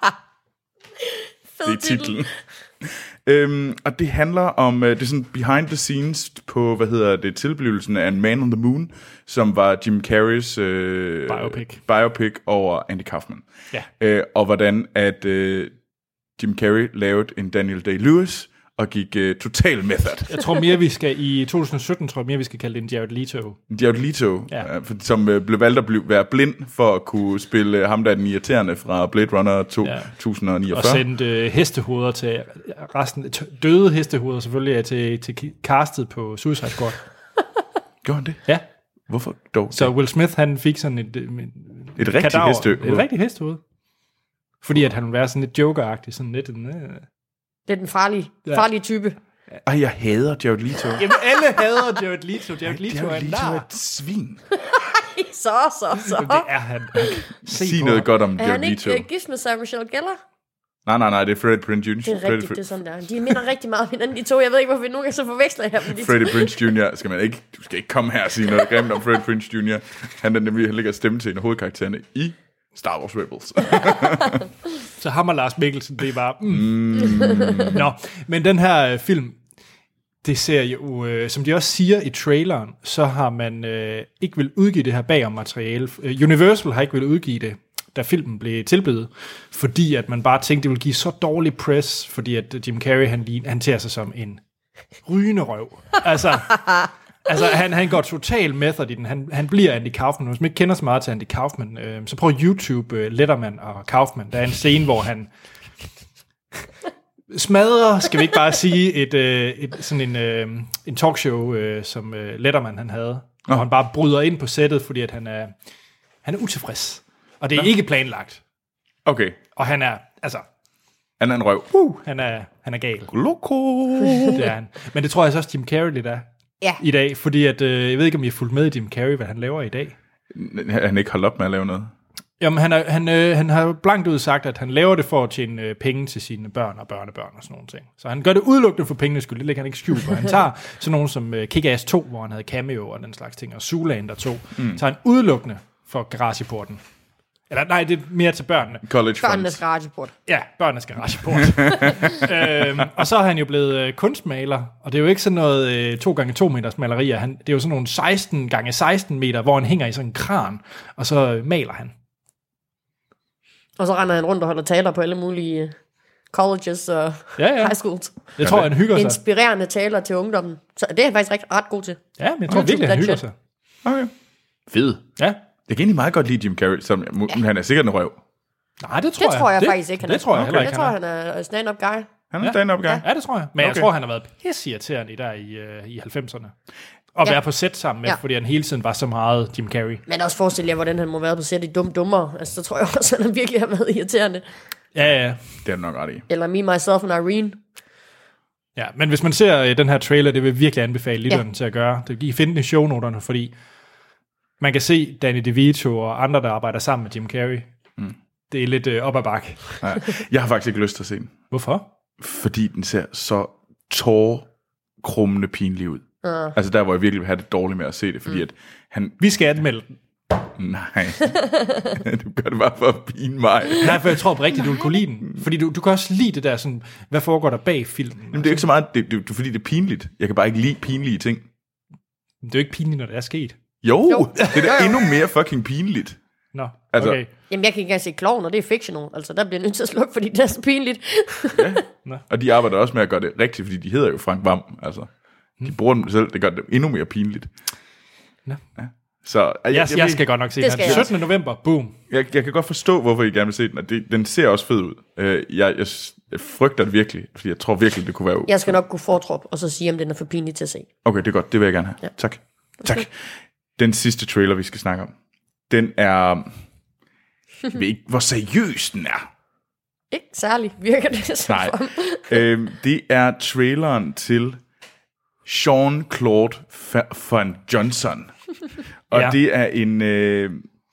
Fed Det er titlen. Øhm, og det handler om, øh, det er sådan behind the scenes på, hvad hedder det, tilblivelsen af en Man on the Moon, som var Jim Carreys øh, Biopic. biopic over Andy Kaufman. Ja. Øh, og hvordan at øh, Jim Carrey lavede en Daniel Day-Lewis og gik øh, total method. Jeg tror mere, vi skal i to tusind sytten, tror jeg mere, vi skal kalde det en Jared Leto. Jared Leto, Ja. øh, for- som øh, blev valgt at blive, være blind for at kunne spille øh, ham, der er den irriterende fra Blade Runner to tusind niogfyrre. Og sendt øh, hestehoveder til resten, t- døde hestehoveder selvfølgelig til, til castet på Suicide Squad. Gjorde han det? Ja, Hvorfor dog? så Will Smith, han fik sådan et, et, Et rigtigt kadaver- hestehoved. Et rigtigt hestehoved. Fordi at han ville være sådan lidt joker-agtig, sådan lidt... Øh. Det er den farlige, Ja. farlige type. Ej, jeg hader Jared Leto. Jamen, alle hader Jared Leto. Jared Leto er Jared en Leto er nar. et svin. Så, så, så. Det er han. Se Sig på noget ham. godt om Er Jared han Leto. ikke uh, gift med Sarah Michelle Gellar? Nej, nej, nej, det er Freddie Prinze junior Det er rigtigt, det er sådan der. De minder rigtig meget om hinanden, de to. Jeg ved ikke, hvorfor vi nu kan så forveksle her. Men de Freddie Prinze junior Skal man ikke, du skal ikke komme her og sige noget grimt om Freddie Prinze junior Han er nemlig, han ligger stemme til en af hovedkaraktererne i Star Wars Rebels. Så ham og Lars Mikkelsen, det er bare... Mm. Mm. Nå, men den her øh, film, det ser jo, øh, som de også siger i traileren, så har man øh, ikke vil udgive det her bagom materiale. Øh, Universal har ikke vil udgive det, da filmen blev tilbydet, fordi at man bare tænkte, det ville give så dårlig press, fordi at Jim Carrey, han, ligner, han tager sig som en rygende røv. Altså... Altså, han, han går total method i den. Han, han bliver Andy Kaufman. Hvis man ikke kender så meget til Andy Kaufman, øh, så prøv YouTube uh, Letterman og Kaufman. Der er en scene, hvor han... smadrer, skal vi ikke bare sige, et, øh, et, sådan en, øh, en talkshow, øh, som øh, Letterman han havde, hvor oh. han bare bryder ind på sættet, fordi at han er, han er utilfreds. Og det er Nå. ikke planlagt. Okay. Og han er, altså... Han er en røv. Uh, han, er, han er gal. Loco. Det er han. Men det tror jeg så også Jim Carrey lidt er ja. i dag, fordi at, øh, jeg ved ikke, om I har fulgt med i Jim Carrey, hvad han laver i dag. Han ikke holdt op med at lave noget. Jamen, han, er, han, øh, han har blankt ud sagt, at han laver det for at tjene øh, penge til sine børn og børnebørn og sådan nogle ting. Så han gør det udelukkende for pengenes skyld, det lægger han ikke skjul på. Han tager sådan nogle som øh, Kick-Ass to, hvor han havde cameo og den slags ting, og Zoolander to, mm. tager han udelukkende for garageporten. Eller nej, det er mere til børnene. College Børnenes garageport. Ja, børnenes garageport. øhm, og så er han jo blevet øh, kunstmaler, og det er jo ikke sådan noget øh, to gange to meters malerier. Han, det er jo sådan nogle seksten gange seksten meter, hvor han hænger i sådan en kran, og så øh, maler han. Og så render han rundt og holder taler på alle mulige colleges og ja, ja. high schools. Jeg tror, han hygger sig. Inspirerende taler til ungdommen. Så det er han faktisk ret, ret god til. Ja, men jeg tror virkelig, han hygger sig. Okay. Fed. Ja. Jeg kan egentlig meget godt lide Jim Carrey, som ja. han er sikkert en røv. Nej, det tror det jeg. tror jeg det, faktisk ikke, han det, er. Det tror jeg heller ikke, Jeg tror, han er stand-up guy. Han er stand-up guy? Ja, det tror jeg. Men okay. jeg tror, han har været pisseirriterende der i, uh, i halvfemserne. Og ja. være på sæt sammen med, ja. fordi han hele tiden var så meget Jim Carrey. Men også forestil jer, hvordan han må være på sæt i Dum Dummer. Altså, så tror jeg også, at han virkelig har været irriterende. Ja, ja. Det er nok ret i. Eller Me, Myself and Irene. Ja, men hvis man ser uh, den her trailer, det vil jeg virkelig anbefale lytterne ja. til at gøre. Det vil I finde den i shownoterne, fordi man kan se Danny DeVito og andre, der arbejder sammen med Jim Carrey. Mm. Det er lidt uh, op ad bakke. Ja. Jeg har faktisk ikke lyst til at se den. Hvorfor? Fordi den ser så tårkrummende pinlig ud. Uh. Altså der, hvor jeg virkelig vil have det dårligt med at se det, fordi mm. at han... Vi skal anmelde den. Nej, du gør det bare for at pine mig. Nej, for jeg tror rigtigt, du vil kunne lide den. Fordi du, du kan også lide det der sådan, hvad foregår der bag filmen? Jamen, det er ikke så meget, det, det, det, fordi det er pinligt. Jeg kan bare ikke lide pinlige ting. Det er jo ikke pinligt, når det er sket. Jo, jo. Det er da endnu mere fucking pinligt. Nå, altså, okay. Jamen, jeg kan ikke engang se Klovn, og det er fictional. Altså, der bliver nødt til at slukke, fordi det er så pinligt. Ja, og de arbejder også med at gøre det rigtigt, fordi de hedder jo Frank Hvam. Altså, de bruger dem selv, det gør det endnu mere pinligt. Nå. Ja. Så, jeg, jeg, jeg, jeg skal godt nok se den. syttende november, boom. Jeg, jeg kan godt forstå, hvorfor I gerne vil se den, og det, den ser også fed ud. Uh, jeg, jeg, jeg frygter det virkelig, fordi jeg tror virkelig, det kunne være... Jeg skal nok gå fortrop, og så sige, om den er for pinlig til at se. Okay, det er godt, det vil jeg gerne have. Ja. Tak. Tak. Den sidste trailer, vi skal snakke om, den er... Jeg ved ikke, hvor seriøs den er. Ikke særlig, virker det som. Nej, øhm, det er traileren til Jean-Claude Van Johnson. Og ja. det er en øh,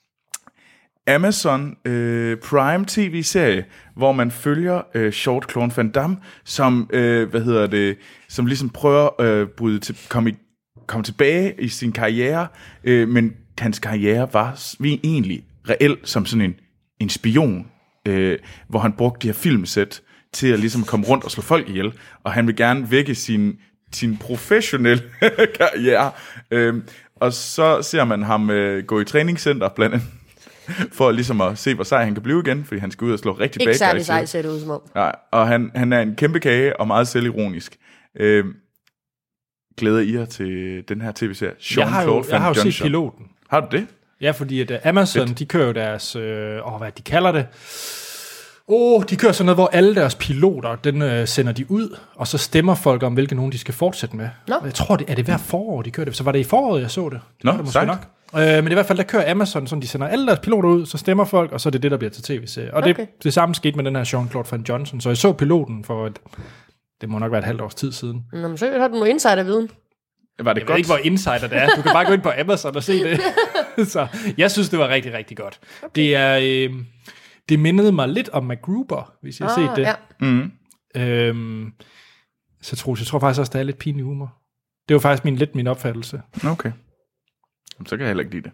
Amazon øh, Prime tv-serie, hvor man følger øh, Jean-Claude Van Damme, som, øh, hvad hedder det, som ligesom prøver at øh, bryde til, komme, i, komme tilbage i sin karriere, øh, men hans karriere var egentlig reelt som sådan en, en spion, øh, hvor han brugte de her filmsæt til at ligesom komme rundt og slå folk ihjel, og han vil gerne vække sin, sin professionelle karriere. Øh, og så ser man ham øh, gå i træningscenter blandt andet, for ligesom at se, hvor sej han kan blive igen, fordi han skal ud og slå rigtig bad guys. Ikke særlig sej, ser det ud som om. Nej, og han, han er en kæmpe kage og meget selvironisk. Øh, glæder I jer til den her tv-serie? Jeg har jo, jeg har jo set piloten. Har du det? Ja, fordi at Amazon, Fedt. de kører jo deres, øh, åh, hvad de kalder det, åh, oh, de kører sådan noget, hvor alle deres piloter, den øh, sender de ud, og så stemmer folk om, hvilke nogen de skal fortsætte med. No. Jeg tror, det er det hver forår, de kører det. Så var det i foråret, jeg så det. Det Nå, var det måske nok. Øh, men i hvert fald, der kører Amazon, sådan de sender alle deres piloter ud, så stemmer folk, og så er det det, der bliver til tv-serie. Og okay. det, det samme skete med den her Jean-Claude Van Johnson. Så jeg så piloten for, et, det må nok være et halvt års tid siden. Nå, men så har du noget insider-viden. Var det jeg godt? ved ikke, hvor insider det er. Du kan bare gå ind på Amazon og se det. Så jeg synes, det var rigtig, rigtig godt. Okay. Det er... Øh, det mindede mig lidt om MacGruber, hvis jeg har ah, set det. Ja. Mm. Øhm, så tror jeg tror faktisk også, der er lidt pinlig humor. Det var faktisk min, lidt min opfattelse. Okay. Så kan jeg heller ikke lide det.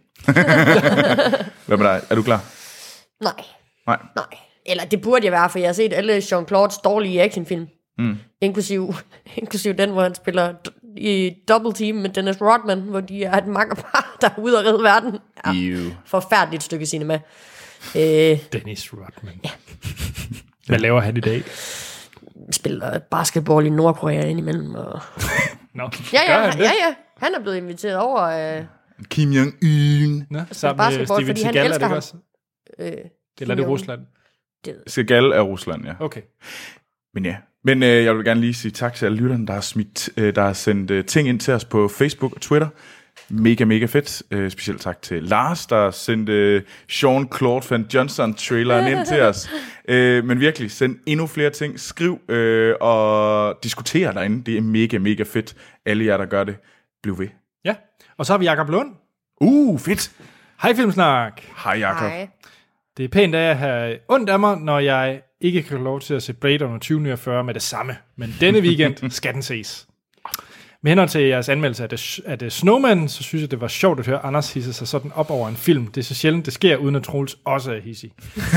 Hvad med dig? Er du klar? Nej. Nej. Nej. Eller det burde jeg være, for jeg har set alle Jean-Claude's dårlige actionfilm. Mm. Inklusiv, inklusiv den, hvor han spiller i Double Team med Dennis Rodman, hvor de er et makkerpar, der er ude og redde verden. Ja, forfærdeligt stykke cinema. Øh, Dennis Rodman. Ja. Hvad laver han i dag? Spiller basketball i Nordkorea indimellem. Og... no. ja, ja, han, ja, ja. Han er blevet inviteret over... Øh... Kim Jong-un. Nå, sammen med Steven Seagal, er det også? Øh, Eller er det Rusland? Seagal er Rusland, ja. Okay. Men ja, Men øh, jeg vil gerne lige sige tak til alle lytterne, der har, smidt, øh, der har sendt øh, ting ind til os på Facebook og Twitter. Mega, mega fedt. Øh, specielt tak til Lars, der sendte øh, Jean-Claude Van Johnson-traileren ind til os. Øh, men virkelig, send endnu flere ting. Skriv øh, og diskuter derinde. Det er mega, mega fedt. Alle jer, der gør det, bliv ved. Ja, og så har vi Jakob Lund. Uh, fedt. Hej Filmsnak. Hej, Jakob. Nej. Det er pænt af at have ondt af mig, når jeg ikke kan få lov til at se Blade Runner tyve niogfyrre med det samme. Men denne weekend skal den ses. Med henhold til jeres anmeldelse af The, af The Snowman, så synes jeg, det var sjovt at høre Anders hisse sig sådan op over en film. Det er så sjældent, det sker, uden at Troels også er hissig.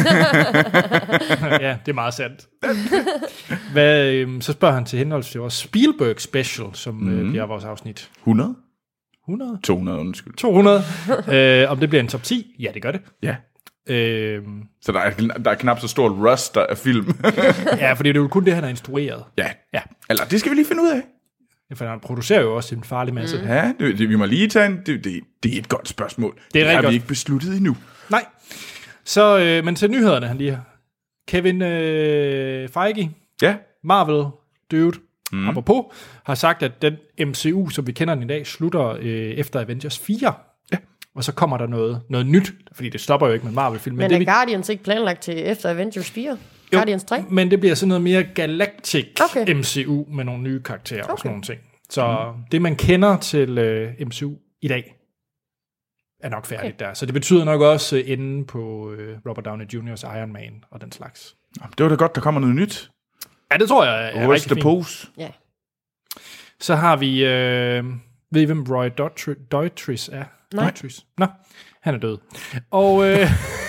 Ja, det er meget sandt. Hvad, øhm, så spørger han til henhold til vores Spielberg special, som mm. øh, bliver vores afsnit. hundrede? hundrede? to hundrede, undskyld. to hundrede. øh, om det bliver en top ti? Ja, det gør det. Ja. Øhm, Så der er, der er knap så stort ruster af film. ja, fordi det er jo kun det, han har instrueret. Ja. Ja. Eller det skal vi lige finde ud af. For han producerer jo også en farlig masse. Mm. Ja, det, det, vi må lige tage en... Det, det, det er et godt spørgsmål. Det er det har godt. vi ikke besluttet endnu. Nej. Så, øh, men til nyhederne, han lige har. Kevin øh, Feige, Ja. Marvel dude, mm. apropos, har sagt, at den M C U, som vi kender den i dag, slutter øh, efter Avengers fire. Ja. Og så kommer der noget, noget nyt, fordi det stopper jo ikke med Marvel-film. Men, men det, er vi, Guardians ikke planlagt til efter Avengers fire? jo, Guardians tre? men det bliver sådan noget mere galactic Okay. M C U med nogle nye karakterer okay. og sådan Okay. nogle ting. Så mm. det, man kender til øh, M C U i dag, er nok færdigt okay. der. Så det betyder nok også øh, enden på øh, Robert Downey juniors Iron Man og den slags. Det var da godt, der kommer noget nyt. Ja, det tror jeg er Where's rigtig the fint. pose? Ja. Så har vi, øh, ved I, hvem Roy Doutry- Doutris er? Nej. Doutris. Nå, han er død. Og øh,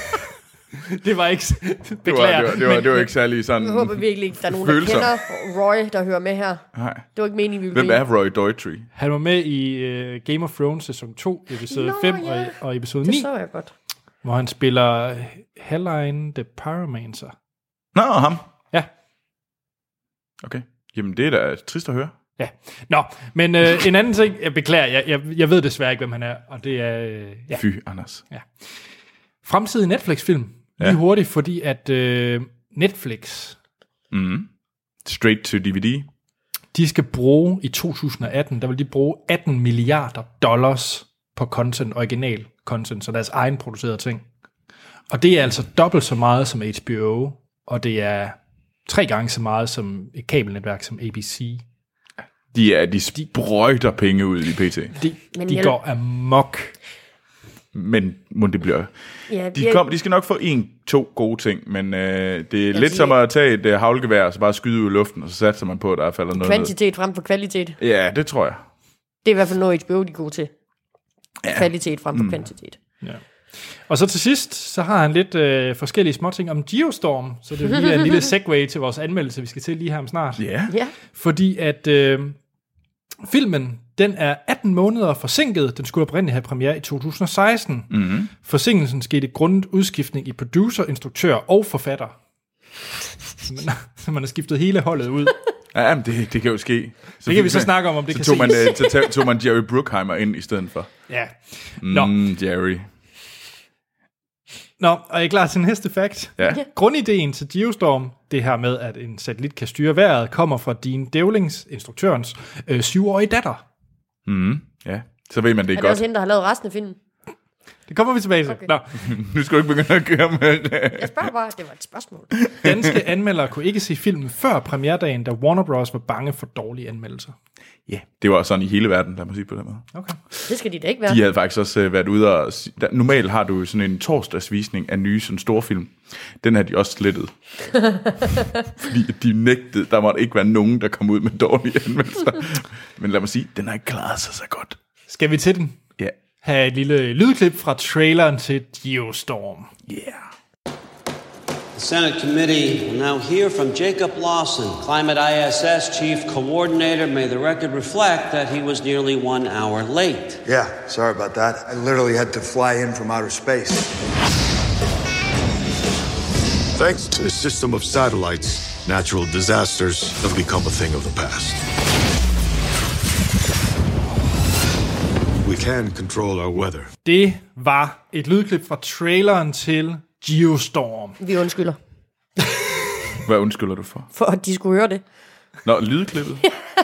det var ikke... Det Beklager. var, det var, det var, det var ikke særlig sådan... Jeg håber virkelig ikke, der er nogen, der Følelser. kender Roy, der hører med her. Nej. Det var ikke meningen, vi ville Hvem blive. er Roy Doutry? Han var med i uh, Game of Thrones sæson to, episode Nå, fem ja. og, og episode Det ni, så jeg godt. hvor han spiller Halline the Pyromancer. Nå, ham. Ja. Okay. Jamen, det er da trist at høre. Ja. Nå, men øh, en anden ting, jeg beklager, jeg, jeg, jeg ved desværre ikke, hvem han er, og det er... Øh, ja. Fy, Anders. Fremtidig Netflix-film. Lige Ja. hurtigt, fordi at øh, Netflix, Mm. Straight to D V D. de skal bruge i to tusind og atten, der vil de bruge atten milliarder dollars på content, original content, så deres egen producerede ting. Og det er altså dobbelt så meget som H B O, og det er tre gange så meget som et kabelnetværk som A B C. De, er, de sprøjter penge ud i P T. De, Men de jeg- går amok. Men må det bliver... Ja, De, kom, de skal nok få en, to gode ting, men øh, det er lidt siger- som at tage et øh, havlgevær, og så bare skyde ud i luften, og så satser man på, at der falder noget ned. Kvantitet frem for kvalitet. Ja, det tror jeg. Det er i hvert fald noget, H B O de er gode til. Ja. Kvalitet frem for mm. kvantitet. Ja. Og så til sidst, så har han lidt øh, forskellige småting om Geostorm, så det er lige en lille segue til vores anmeldelse, vi skal til lige her om snart. Ja. Ja. Fordi at øh, filmen, den er atten måneder forsinket. Den skulle oprindeligt have premiere i to tusind og seksten. Mm-hmm. Forsinkelsen skete grundet udskiftning i producer, instruktør og forfatter. Så man, så man har skiftet hele holdet ud. Ja, men det, det kan jo ske. Så Det kan vi så snakke om, om det så kan tog man, ses. øh, så tog- tog man Jerry Bruckheimer ind i stedet for. Ja. Nå. Mm, Jerry. Nå, og jeg er klar til næste fact. Ja. Grundideen til Geostorm, det her med, at en satellit kan styre vejret, kommer fra Dean Devlings, instruktørens, øh, syvårige datter. Mm, ja. Så ved man, det er Er det godt. også hende, der har lavet resten af filmen? Det kommer vi tilbage til. Okay. Nå, Nu skal du ikke begynde at køre med det. Jeg spørger bare, det var et spørgsmål. danske anmeldere kunne ikke se filmen før premierdagen, da Warner Bros. Var bange for dårlige anmeldelser. Ja, det var sådan i hele verden, lad mig sige på den måde. Okay. Det skal de da ikke være. De havde faktisk også øh, været ude og... si- der, normalt har du jo sådan en torsdagsvisning af nye sådan store film. Den har de også slettet. Fordi de nægtede, der måtte ikke være nogen, der kom ud med dårlige anmeldelser. Men lad mig sige, den har ikke klaret sig så godt. Skal vi til den? Ja. Have et lille lydklip fra traileren til Geostorm. Yeah. The Senate committee will now hear from Jacob Lawson, Climate I S S Chief Coordinator. May the record reflect that he was nearly one hour late. Yeah, sorry about that. I literally had to fly in from outer space. Thanks to a system of satellites, natural disasters have become a thing of the past. We can control our weather. Det var et lydklip fra traileren til Geostorm. Vi undskylder. Hvad undskylder du for? For at de skulle høre det. Nå, lydklippet.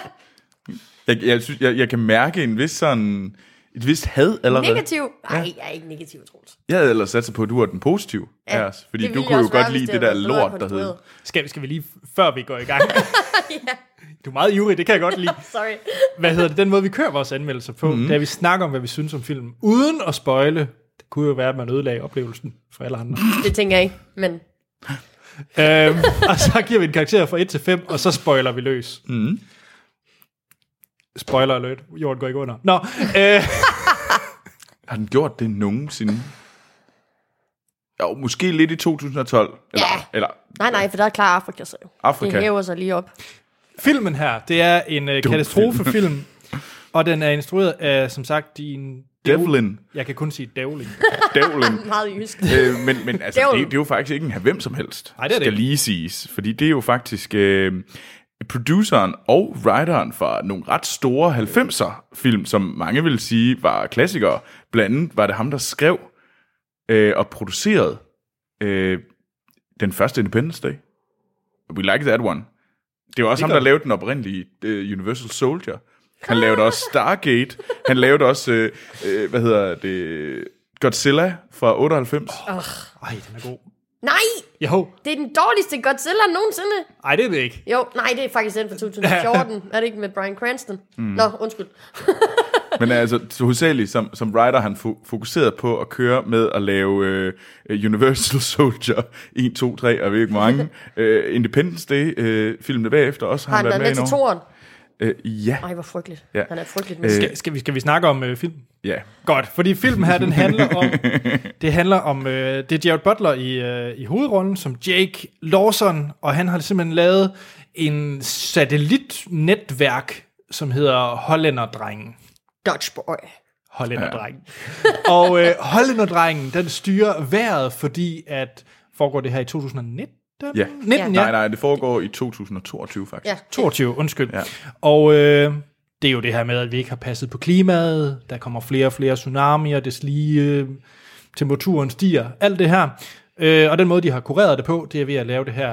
jeg, jeg, synes, jeg, jeg kan mærke en vis sådan... Et vist had allerede. Negativ? Nej, ja. Jeg er ikke negativ, Troels. Jeg havde ellers sat sig på, at du var den positive ja, af os. Fordi du kunne jo godt lide det der lort, der hed. Skal, skal vi lige, før vi går i gang? Ja. Du er meget ivrig, det kan jeg godt lide. Sorry. Hvad hedder det? Den måde, vi kører vores anmeldelser på, mm. det er, at vi snakker om, hvad vi synes om filmen, uden at spoile. Det kunne jo være, at man ødelagde oplevelsen for alle andre. Det tænker jeg ikke, men... øhm, og så giver vi en karakter fra et til fem, og så spoiler vi løs. Mm. Spoiler alert. Jorden går ikke under. Nå. Øh. Har den gjort det nogensinde? Jo, måske lidt i to tusind og tolv. Eller, ja. Eller, nej, nej, for der er klar Afrika så jo. Afrika. Det hæver sig lige op. Filmen her, det er en uh, katastrofefilm, og den er instrueret af, som sagt, din... Devlin. Jeg kan kun sige Devlin. Devlin. Meget jysk. Øh, men men altså, det, det er jo faktisk ikke en hvem som helst. Nej, det er det skal ikke. lige siges. Fordi det er jo faktisk øh, produceren og writeren for nogle ret store halvfemser-film, som mange vil sige var klassikere. Blandt andet var det ham, der skrev øh, og producerede øh, den første Independence Day. We like that one. Det var også det ham, der lavede den oprindelige uh, Universal Soldier. Han lavede også Stargate. Han lavede også, øh, øh, hvad hedder det, Godzilla fra otteoghalvfems. Oh. Ej, den er god. Nej! Jo. Det er den dårligste Godzilla nogensinde. Ej, det er det ikke. Jo, nej, det er faktisk den fra to tusind og fjorten. Er det ikke med Bryan Cranston? Mm. Nå, undskyld. Men altså, så hovedsageligt som, som writer, han fo- fokuseret på at køre med at lave øh, Universal Soldier en, to, tre, og jeg ved ikke mange. øh, Independence Day, øh, filmene bagefter også. Har han været med, med til toren? Øh, ja. Ej, hvor frygteligt. Ja. Han er frygteligt med. Øh, skal, skal, vi, skal vi snakke om øh, film? Ja. Godt, fordi filmen her, den handler om, det handler om, øh, det er Jared Butler i, øh, i hovedrollen, som Jake Lawson, og han har simpelthen lavet en satellitnetværk, som hedder Hollænderdrengen. Dutch Boy. Hollænderdrengen. Ja. Og øh, Hollænderdrengen, den styrer vejret, fordi at, foregår det her i to tusind og nitten? Ja. nitten, ja. Nej, nej, det foregår i to tusind og toogtyve faktisk. Ja. toogtyve, undskyld. Ja. Og øh, det er jo det her med, at vi ikke har passet på klimaet, der kommer flere og flere tsunamier, det lige øh, temperaturen stiger, alt det her. Øh, og den måde, de har kureret det på, det er ved at lave det her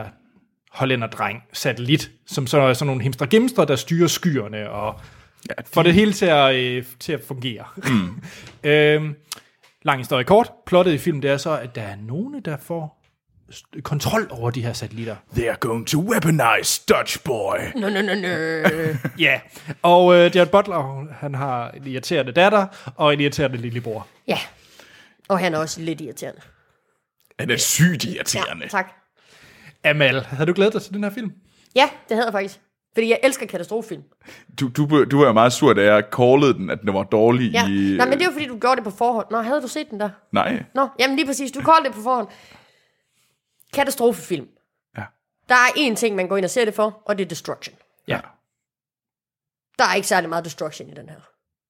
Hollænderdreng-satellit, som så er sådan nogle himstre-gimstre, der styrer skyerne og ja, de... får det hele til at, øh, til at fungere. Mm. øh, lang historie kort. Plottet i filmen, det er så, at der er nogen, der får kontrol over de her satellitter. They are going to weaponize Dutch Boy. No, no, no, no. Ja, og øh, Jared Butler, han har en irriterende datter og en irriterende lillebror. Ja, og han er også lidt irriterende. Han er sygt irriterende. Ja, tak. Amal, havde du glædet dig til den her film? Ja, det havde jeg faktisk. Fordi jeg elsker katastrofefilm. Du, du, du var meget sur, da jeg callede den, at den var dårlig ja. i... Nej, men det var fordi, du gjorde det på forhånd. Nå, havde du set den der? Nej. Nå, jamen lige præcis, du callede det på forhånd. Katastrofefilm. Ja. Der er én ting, man går ind og ser det for, og det er destruction. Ja. Der er ikke særlig meget destruction i den her.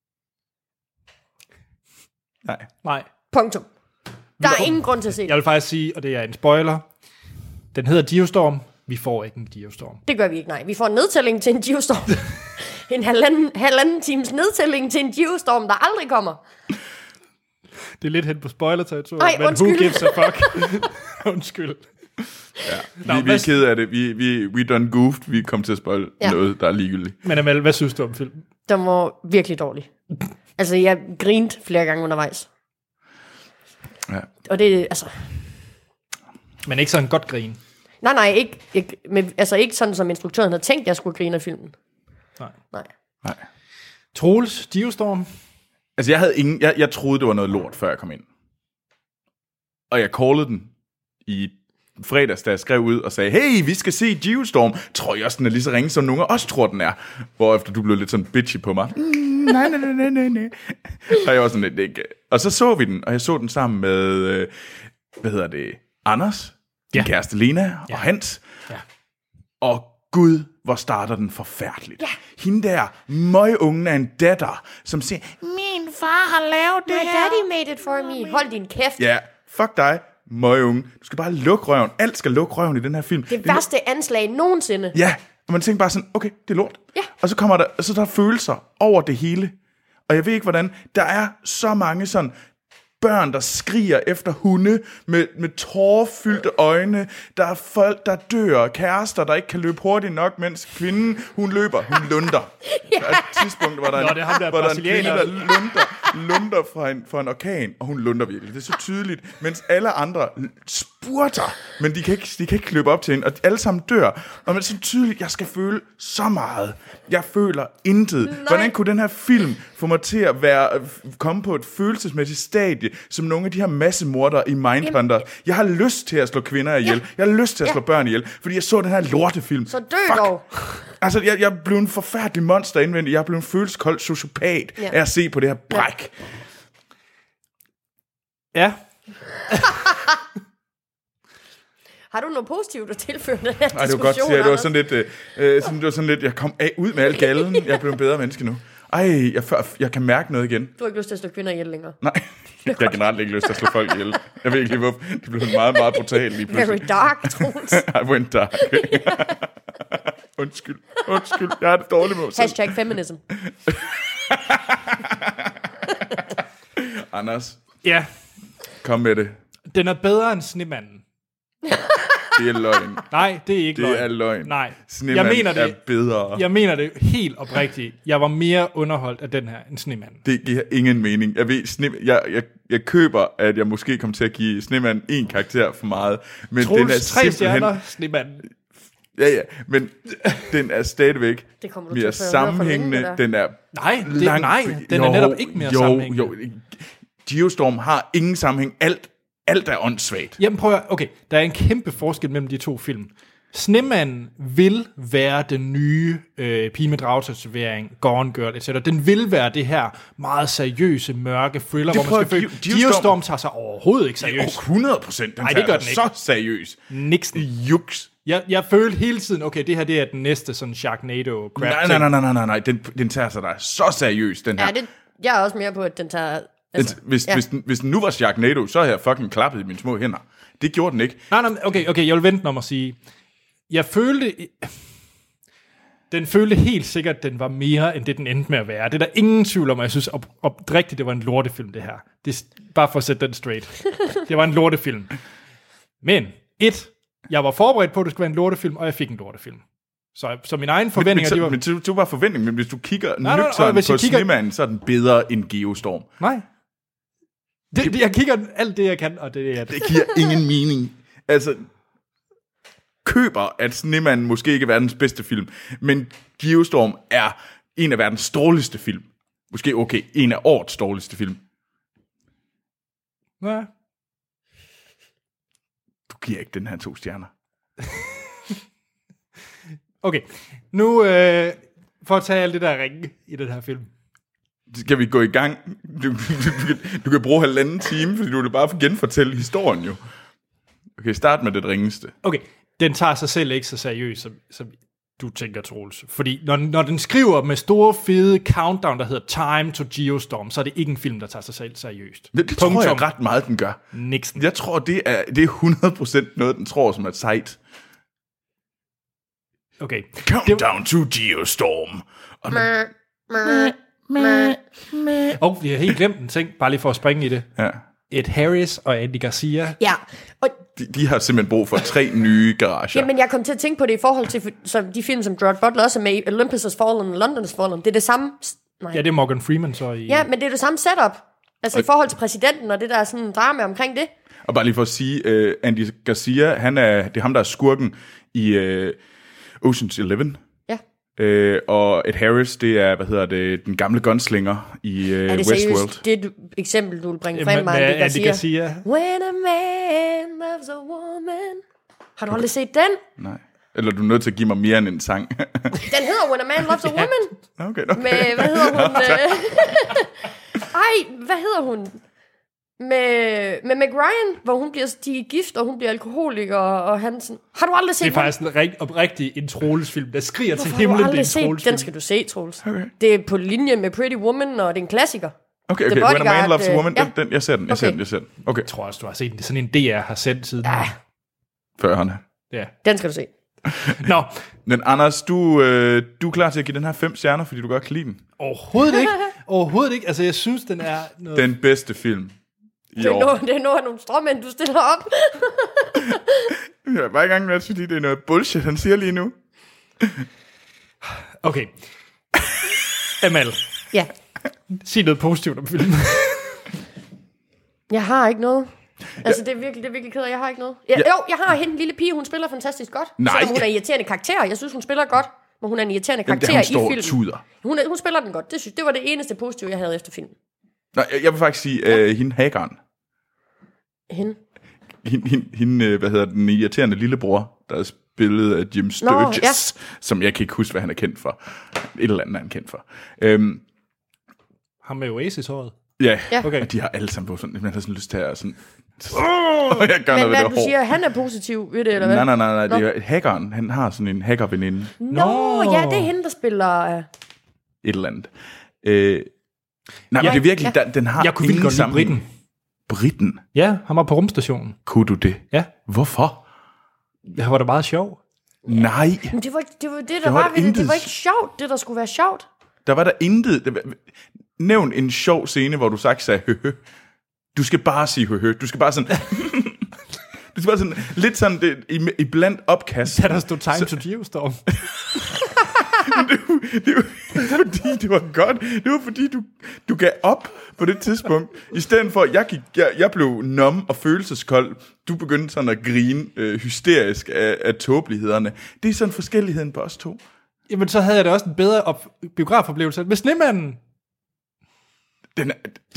Nej. Nej. Punktum. Der er ingen grund til at se det. Jeg vil faktisk sige, og det er en spoiler, den hedder Geostorm. Vi får ikke en Geostorm. Det gør vi ikke, nej. Vi får en nedtælling til en Geostorm. en halvanden, halvanden times nedtælling til en Geostorm, der aldrig kommer. Det er lidt hen på spoiler-territoriet, Ej, men undskyld. who gives a fuck? Undskyld. Ja. Nå, vi, vi er ked af det. Vi, vi, we done goofed. Vi kom til at spoil ja. noget, der er ligegyldigt. Men Amal, hvad synes du om filmen? Den var virkelig dårlig. Altså, jeg grinte flere gange undervejs. Ja. Og det, altså... Men ikke sådan godt grin. Nej, nej, ikke, ikke, men, altså ikke sådan, som instruktøren havde tænkt, jeg skulle grine af filmen. Nej. Nej. Nej. Troels, Geostorm? Altså, jeg havde ingen... Jeg, jeg troede, det var noget lort, før jeg kom ind. Og jeg callede den i fredags, da jeg skrev ud og sagde, hey, vi skal se Geostorm. Tror jeg også, den er lige så ringe, som nogen af os tror, den er. Hvorefter du blev lidt sådan bitchy på mig. Mm, nej, nej, nej, nej, nej. Og jeg var sådan lidt, ikke. Og så så vi den, og jeg så den sammen med, øh, hvad hedder det, Anders, din ja. kæreste Lena og ja. Hans. Ja. Og Gud, hvor starter den forfærdeligt. Ja. Hende der møgungen af en datter, som siger, min far har lavet det My her. daddy made it for me. Hold din kæft. Ja, fuck dig, møgunge. Du skal bare lukke røven. Alt skal lukke røven i den her film. Det, det værste anslag nogensinde. Ja, og man tænker bare sådan, okay, det er lort. Ja. Og så kommer der, så der er følelser over det hele. Og jeg ved ikke hvordan, der er så mange sådan børn, der skriger efter hunde med, med tårerfyldte øjne. Der er folk, der dør. Kærester, der ikke kan løbe hurtigt nok, mens kvinden, hun løber. Hun lunder. Der er et tidspunkt, hvor der er en, Nå, det er ham, der er hvor der er en kvinde, brasilianer. der lunder, lunder fra, en, fra en orkan, og hun lunder virkelig. Det er så tydeligt. Mens alle andre spurter, men de kan ikke, de kan ikke løbe op til hende, og alle sammen dør. Og det er så tydeligt, jeg skal føle så meget. Jeg føler intet. Nej. Hvordan kunne den her film få mig til at være, komme på et følelsesmæssigt stadie, som nogle af de her massemordere i Mindhunter? Jeg har lyst til at slå kvinder ihjel. Ja. Jeg har lyst til at slå ja. børn ihjel, fordi jeg så den her lortefilm. Så dø dog. Altså, jeg, jeg blev en forfærdelig monster indvendigt. Jeg blev en følelseskold sociopat ja. af at se på det her bræk. Ja. Har du noget positivt at tilføre den her diskussion? Ej, det var godt sige, det var sådan lidt, øh, sådan, det var sådan lidt, jeg kom af ud med al gallen. Jeg blev en bedre menneske nu. Ej, jeg, jeg kan mærke noget igen. Du har ikke lyst til at slå kvinder ihjel længere? Nej, jeg har generelt ikke lyst til at slå folk ihjel. Jeg ved ikke lige, hvorfor. Det blev meget, meget brutalt lige pludselig. Very dark, Troels. I went dark. Undskyld, undskyld. Jeg har det dårligt med mig selv. Hashtag feminism. Anders. Ja. Kom med det. Den er bedre end Snemanden. Det er løgn. Nej, det er ikke det løgn. Det er løgn. Nej. Snemanden jeg mener det, er bedre. Jeg mener det helt oprigtigt. Jeg var mere underholdt af den her end Snemanden. Det giver ingen mening. Jeg ved, sne, jeg, jeg, jeg køber, at jeg måske kommer til at give Snemanden en karakter for meget. Men Troels, den er tre simpelthen... stjerner, Snemanden. Ja, ja, men den er stadigvæk det kommer du mere til at sammenhængende. længe, den er nej, det, lang... nej, den jo, er netop ikke mere jo, sammenhængende. Jo, Geostorm har ingen sammenhæng. Alt, alt er åndssvagt. Jamen prøv at, okay, der er en kæmpe forskel mellem de to film. Snemanden vil være den nye øh, pige med dragtatovering, Gone Girl, et cetera. Den vil være det her meget seriøse, mørke thriller, det hvor man skal føle... Geostorm tager sig overhovedet ikke seriøst. hundrede procent. Nej, det gør den ikke. Så seriøs. Nixon. Juks. Jeg, jeg følte hele tiden, okay, det her det er den næste sådan Sharknado crap. Nej, nej, nej, nej, nej, nej, nej. Den, den tager sig der så seriøst, den her. Ja, det, jeg er også mere på, at den tager... Altså, hvis, ja. hvis, den, hvis den nu var Sharknado, så havde jeg fucking klappet i mine små hænder. Det gjorde den ikke. Nej, nej, okay, okay, jeg vil vente om at sige... Jeg følte... Den følte helt sikkert, at den var mere, end det den endte med at være. Det er der ingen tvivl om, og jeg synes op, oprigtigt, det var en lortefilm, det her. Det er bare for at sætte den straight. Det var en lortefilm. Men, et, jeg var forberedt på, at det skulle være en lortefilm, og jeg fik en lortefilm. Så, så mine egne forventninger, men, de var... Men det var bare forventning, men hvis du kigger nej, nej, nøgtern hvis på kigger... Snemanden, så er den bedre end Geostorm. Nej. Det, det, jeg kigger alt det, jeg kan, og det er... Det giver ingen mening. Altså... køber, at Snemanden måske ikke er verdens bedste film, men Geostorm er en af verdens dårligste film. Måske okay, en af årets dårligste film. Ja. Du giver ikke den her to stjerner. Okay, nu øh, for at tage alt det der ringe i den her film. Skal vi gå i gang? Du, du, du, du kan bruge halvanden time, fordi du vil bare genfortælle historien jo. Okay, start med det ringeste. Okay, den tager sig selv ikke så seriøst, som, som du tænker, Troels. Fordi når, når den skriver med store, fede countdown, der hedder Time to Geostorm, så er det ikke en film, der tager sig selv seriøst. Det, det tror jeg ret meget, den gør. Nixon. Jeg tror, det er, det er hundrede procent noget, den tror, som er sejt. Okay. Countdown to Geostorm. Og man... Og vi har helt glemt en ting, bare lige for at springe i det. Ja. Ed Harris og Andy Garcia. Ja, og de, de har simpelthen brug for tre nye garager. Jamen, jeg kom til at tænke på det i forhold til så de film, som Gerard Butler også er med i, Olympus Has Fallen og London Has Fallen. Det er det samme... Nej. Ja, det er Morgan Freeman så i... Ja, men det er det samme setup. Altså og... i forhold til præsidenten og det der er sådan en drama omkring det. Og bare lige for at sige, uh, Andy Garcia, han er, det er ham, der er skurken i uh, Ocean's Eleven. Ja. Uh, og Ed Harris, det er, hvad hedder det, den gamle gunslinger i uh, er det Westworld. Det er et eksempel, du vil bringe frem, med Andy Andy Garcia. When a man loves a woman. Har du aldrig set den? Nej. Eller du er nødt til at give mig mere end en sang. Den hedder When a Man Loves a Woman. Okay, okay. Med, hvad hedder hun? Ej, hvad hedder hun? Med, med Meg Ryan, hvor hun bliver, de er gift, og hun bliver alkoholiker, og han sådan... Har du aldrig set det? Det er faktisk en rigt, oprigtig en Troels-film, der skriger Hvorfor til himlen, det er en set? Troels-film. Den skal du se, Troels. Okay. Det er på linje med Pretty Woman, og det er en klassiker. Okay, okay. When a Man Loves a Woman, ja. den, den, jeg ser den, jeg okay. ser den, jeg ser den. Okay. Jeg tror også, du har set den. Det er sådan en D R har sendt siden. Ja. Førhånden. Ja. Den skal du se. Nå. Men Anders, du, øh, du er klar til at give den her fem stjerner, fordi du godt kan lide den? Overhovedet ikke. Overhovedet ikke. Altså, jeg synes, den er noget... Den bedste film Det er, noget, det er noget af nogle stråmænd, du stiller op. Jeg er bare i gang med at sige, det er noget bullshit, han siger lige nu. Okay. Amal, Ja, sig noget positivt om filmen. jeg har ikke noget. Altså, det er virkelig, det er virkelig kedeligt. Jeg har ikke noget. Jeg, Ja. Jo, jeg har hende, en lille pige. Hun spiller fantastisk godt. Nej. Selvom hun er en irriterende karakter. Jeg synes, hun spiller godt. Men hun er en irriterende Jamen, det karakter er, hun i står og filmen. tuder. Hun, er, hun spiller den godt. Det, synes, det var det eneste positive, jeg havde efter filmen. Nå, jeg, jeg vil faktisk sige, ja. uh, hende Hagarn. Hende. Hende, hende, hende, hvad hedder den irriterende lillebror, der er spillet af Jim Sturgis, ja. som jeg kan ikke huske, hvad han er kendt for. Et eller andet er han kendt for. Um, Ham med Oasis-håret. ja, Ja. Okay. og de har alle sammen på sådan, man har sådan lyst til at sådan... Oh, jeg gør Men noget ved hvad det du hår. siger, han er positiv ved det, eller hvad? Nej, nej, nej, nej, Nå. det er Hagarn. Han har sådan en hackerveninde. Nå, ja, det er hende, der spiller... Uh... Et eller andet. Øh, nej, Ja. men det er virkelig, Ja. den, den har Jeg kunne ingen vildt godt lide sammenhæng. Britten. Britten? Ja, han var på rumstationen. Kunne du det? Ja, Hvorfor? det var da meget sjov. Nej, Men det var, ikke- det var det, der Der var var, ved det. Det intet. var ikke sjovt, det der skulle være sjovt. der var der intet. Der var- Nævn en sjov scene, hvor du sagt sagde høhø. Du skal bare sige høhø. Du skal bare sådan... du skal bare sådan... Lidt sådan det, i, i blandt opkast. Da der stod Time to Geostorm. Det var fordi, det var godt. Det var fordi, du, du gav op på det tidspunkt. I stedet for, at jeg, gik, jeg, jeg blev nom og følelseskold. Du begyndte sådan at grine øh, hysterisk af, af tåbelighederne. Det er sådan forskelligheden på os to. Jamen, så havde jeg da også en bedre op- biografoplevelse med Snemanden. Den er...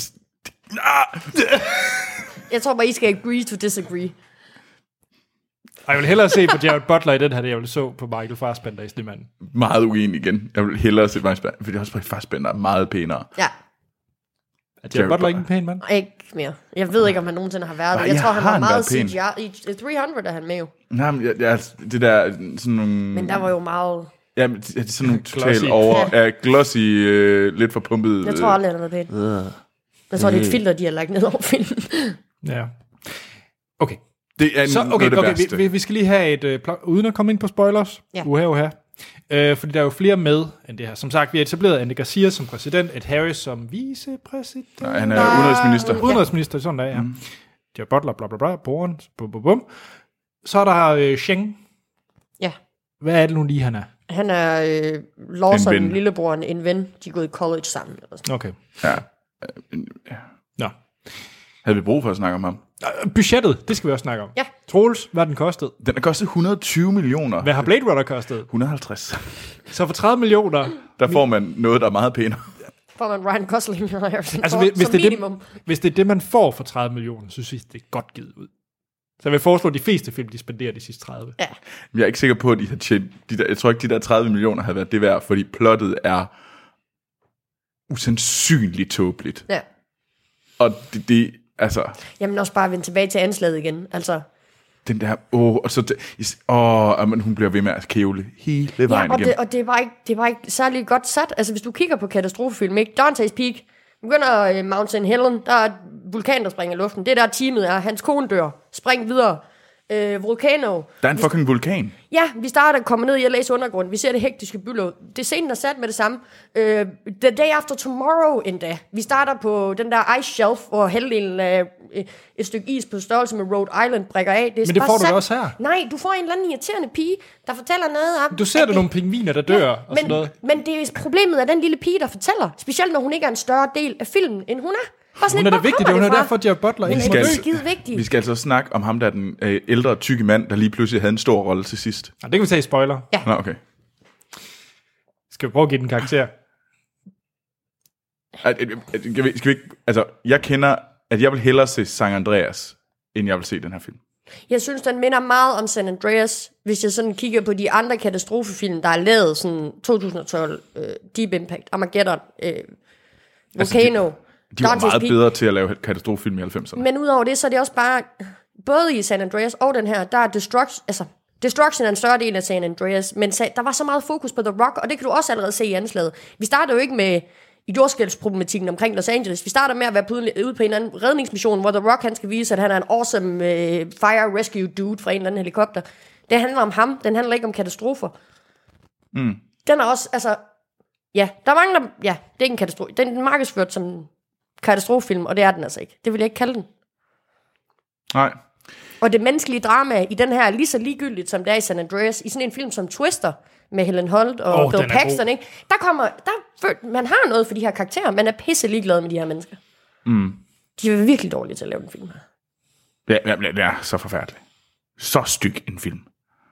Ah, Jeg tror bare, I skal agree to disagree. Og jeg vil hellere se på Jared Butler i den her, det jeg ville så på Michael Fassbender i Snemanden. meget uenig igen. Jeg vil hellere se Fassbender, fordi også Fassbender er meget pænere. Ja, Er Jared, Jared Butler Bu- ikke en pæn mand? ikke mere. Jeg ved ikke, om han nogensinde har været Nej, det. Jeg jeg tror, han har var han meget været C pæn. G I. I tre hundrede er han med jo. Nej, men jeg, jeg, det der sådan nogle... Men der var jo meget... Ja, men det er sådan nogle Glossy. totalt over... Ja, glossy, øh, lidt for pumpet. Jeg tror aldrig, han har været pæn. Jeg tror, det er et filter, de har lagt ned over filmen. Ja. Okay. Det er Så, noget okay, af det okay værste. vi, vi skal lige have et, øh, plot, uden at komme ind på spoilers, Ja. uha, uha. Øh, fordi der er jo flere med end det her. Som sagt, vi har etableret Andy Garcia som præsident, Ed Harris som vicepræsident, Nej, han er udenrigsminister. udenrigsminister, sådan der, ja. Mm. Jared Butler, bla bla bla, broren, bum bum bum. Så er der øh, Sheng. Ja. Hvad er det nu lige, han er? Han er øh, Lawson, En ven. lillebroren, en ven. De er gået i college sammen. Eller sådan. Okay. Ja. Nå. Havde vi brug for at snakke om ham? Øh, Budgettet, det skal vi også snakke om. Ja. Troels, hvad har den kostet? Den har kostet et hundrede og tyve millioner. Hvad har Blade Runner kostet? et hundrede og halvtreds. Så for tredive millioner, Der får man noget, der er meget pænere. Får man Ryan Gosling og Harrison altså Ford hvis, hvis, som det er minimum. det, hvis det er det, man får for tredive millioner, så synes jeg, det er godt givet ud. Så jeg vil foreslå, at de fleste film, de spenderer de sidste tredive. Ja. Men jeg er ikke sikker på, at de har tjent... De der, jeg tror ikke, de der tredive millioner har været det værd, fordi plottet er usandsynligt tåbeligt. Ja. Og det, det altså... Jamen også bare vende tilbage til anslaget igen. Altså, Den der... Åh, og så... Det, åh, men hun bliver ved med at kævle hele ja, vejen og, igennem. det, og det, var ikke, det var ikke særlig godt sat. Altså hvis du kigger på katastrofefilm, ikke? Dante's Peak, begynder uh, Mount Saint Helen, der er et vulkan, der springer i luften. Det der teamet er, hans kone dør, spring videre. Uh, Volcano. Der er en fucking vulkan. Ja, vi starter kommer ned i L A's undergrund. Vi ser det hektiske bylov. Det er scenen, der er sat med det samme. Uh, the Day After Tomorrow endda. Vi starter på den der ice shelf, hvor halvdelen af uh, et stykke is på størrelse med Rhode Island brækker af. Det er Men det bare får du sat- da også her. Nej, du får en eller anden irriterende pige, der fortæller noget om... Du ser at der det- nogle pingviner, der dør, Ja, og men, sådan noget. men det er problemet af den lille pige, der fortæller. Specielt når hun ikke er en større del af filmen, end hun er. Bare sådan Hun er lidt, da hvor vigtig, det kommer er hun er fra? derfor, at Jared Butler Hun ikke er må skal dø. altså- skide vigtig. Vi skal altså snakke om ham, der er den øh, ældre, tykke mand, der lige pludselig havde en stor rolle til sidst. Ja, det kan vi tage i spoiler. Ja. Nå, okay. Skal vi prøve at give den karakter? At, at, at, skal, vi, skal vi ikke... Altså, jeg kender... At jeg vil hellere se San Andreas, end jeg vil se den her film. Jeg synes, den minder meget om San Andreas, hvis jeg sådan kigger på de andre katastrofefilm, der er lavet, sådan to tusind og tolv, uh, Deep Impact, Armageddon, uh, Volcano, Altså, De var Dante's meget Peak. bedre til at lave katastrofefilm i halvfemserne. Men udover det, så er det også bare, både i San Andreas og den her, der er Destruction, altså, Destruction er en større del af San Andreas, men sa- der var så meget fokus på The Rock, og det kan du også allerede se i anslaget. Vi starter jo ikke med jordskælvsproblematikken omkring Los Angeles. Vi starter med at være på, ude på en eller anden redningsmission, hvor The Rock han skal vise, at han er en awesome uh, fire rescue dude fra en eller anden helikopter. Det handler om ham, den handler ikke om katastrofer. Mm. Den er også, altså, ja, der mangler, ja, det er ikke en katastrofe. Den er markedsført som katastrofefilm, og det er den altså ikke. Det vil jeg ikke kalde den. Nej. Og det menneskelige drama i den her er lige så ligegyldigt, som det er i San Andreas. I sådan en film som Twister, med Helen Holt og oh, Bill Paxton, ikke? Der kommer, der, man har noget for de her karakterer. Man er pisse ligeglad med de her mennesker. Mm. De er virkelig dårlige til at lave en film her. Ja, ja, det er så forfærdeligt. Så styg en film.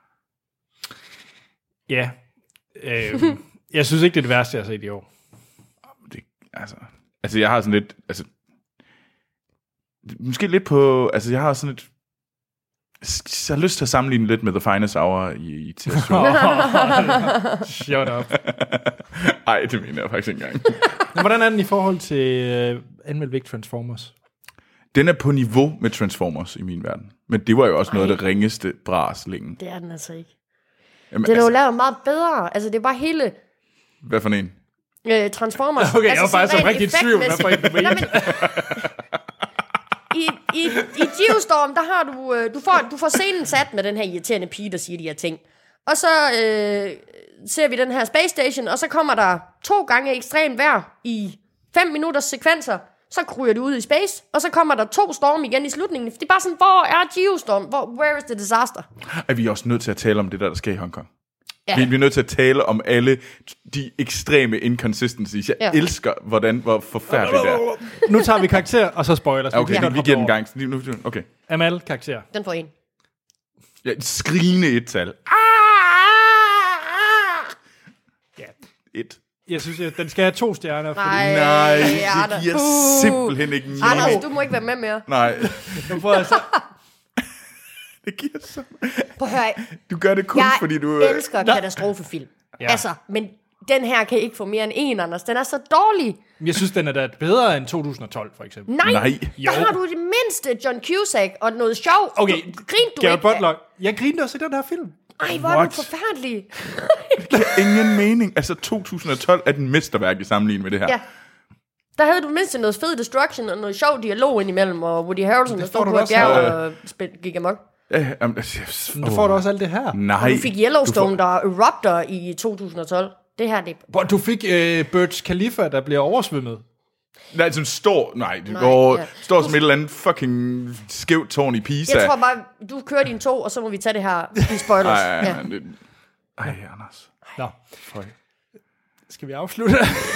Ja. Øh, jeg synes ikke, det er det værste, jeg har set i år. Det, altså, altså, jeg har sådan lidt... Altså, måske lidt på... Altså, jeg har sådan lidt... Jeg har lyst til at sammenligne lidt med The Finest Hour i, i T V. Shut up. Ej, det mener jeg faktisk ikke engang. Men hvordan er den i forhold til uh, Anmeldt Væk Transformers? Den er på niveau med Transformers i min verden. Men det var jo også Ej. noget af det ringeste bras længe. Det er den altså ikke. Jamen, det er altså, jo lavet meget bedre. Altså, det er bare hele... Hvad for en? Øh, Transformers. Okay, altså, jeg var faktisk så rigtig i tvivl. I, i, i Geostorm, der har du, øh, du, får, du får scenen sat med den her irriterende pige, der siger de her ting. Og så øh, ser vi den her Space Station, og så kommer der to gange ekstremt vejr i fem minutters sekvenser. Så kryger det ud i space, og så kommer der to storm igen i slutningen. Det er bare sådan, hvor er Geostorm? Hvor, where is the disaster? Er vi også nødt til at tale om det der, der sker i Hongkong? Ja. Vi, vi er nødt til at tale om alle de ekstreme inconsistencies. Jeg ja. elsker, hvordan, hvor forfærdeligt det er. Nu tager vi karakter, og så spoilers. Okay, ja. vi, vi giver den gang. Okay. Amal, karakter. Den får en. Ja, skrigende et-tal. Ja, et. Jeg synes, at den skal have to stjerner. Fordi... Nej, Nej, det giver uh. simpelthen ikke mening. Anders, du må ikke være med mere. Nej. Nu får jeg så... Det giver så... Prøv at høre. Du gør det kun, jeg fordi du... Jeg elsker katastrofefilm. Ja. Altså, men den her kan ikke få mere end en, Anders. Den er så dårlig. Jeg synes, den er da bedre end to tusind og tolv, for eksempel. Nej, Nej. der har du det mindste John Cusack og noget sjov. Okay, grinte du Garrett ikke? Butler. Jeg grinte også i den her film. Ej, hvor er du forfærdelig. Det giver ingen mening. Altså, to tusind og tolv er den mesterværk i sammenligning med det her. Ja. Der havde du mindst noget fed destruction og noget sjov dialog indimellem, og Woody Harrelson, der stod på et bjerg og spil- gik amok. Ja, um, Men du får da også alt det her. Nej. Og du fik Yellowstone, du får... der erupter i to tusind og tolv. Det her, det... Du fik uh, Burj Khalifa, der bliver oversvømmet. Nej, som står... Nej, det går, ja. står som et eller andet fucking skævt tårn i Pisa. Jeg tror bare, du kører din tog, og så må vi tage det her i spoilers. Ej, ja. det... Ej, Anders. Nå. Føj. Skal vi afslutte?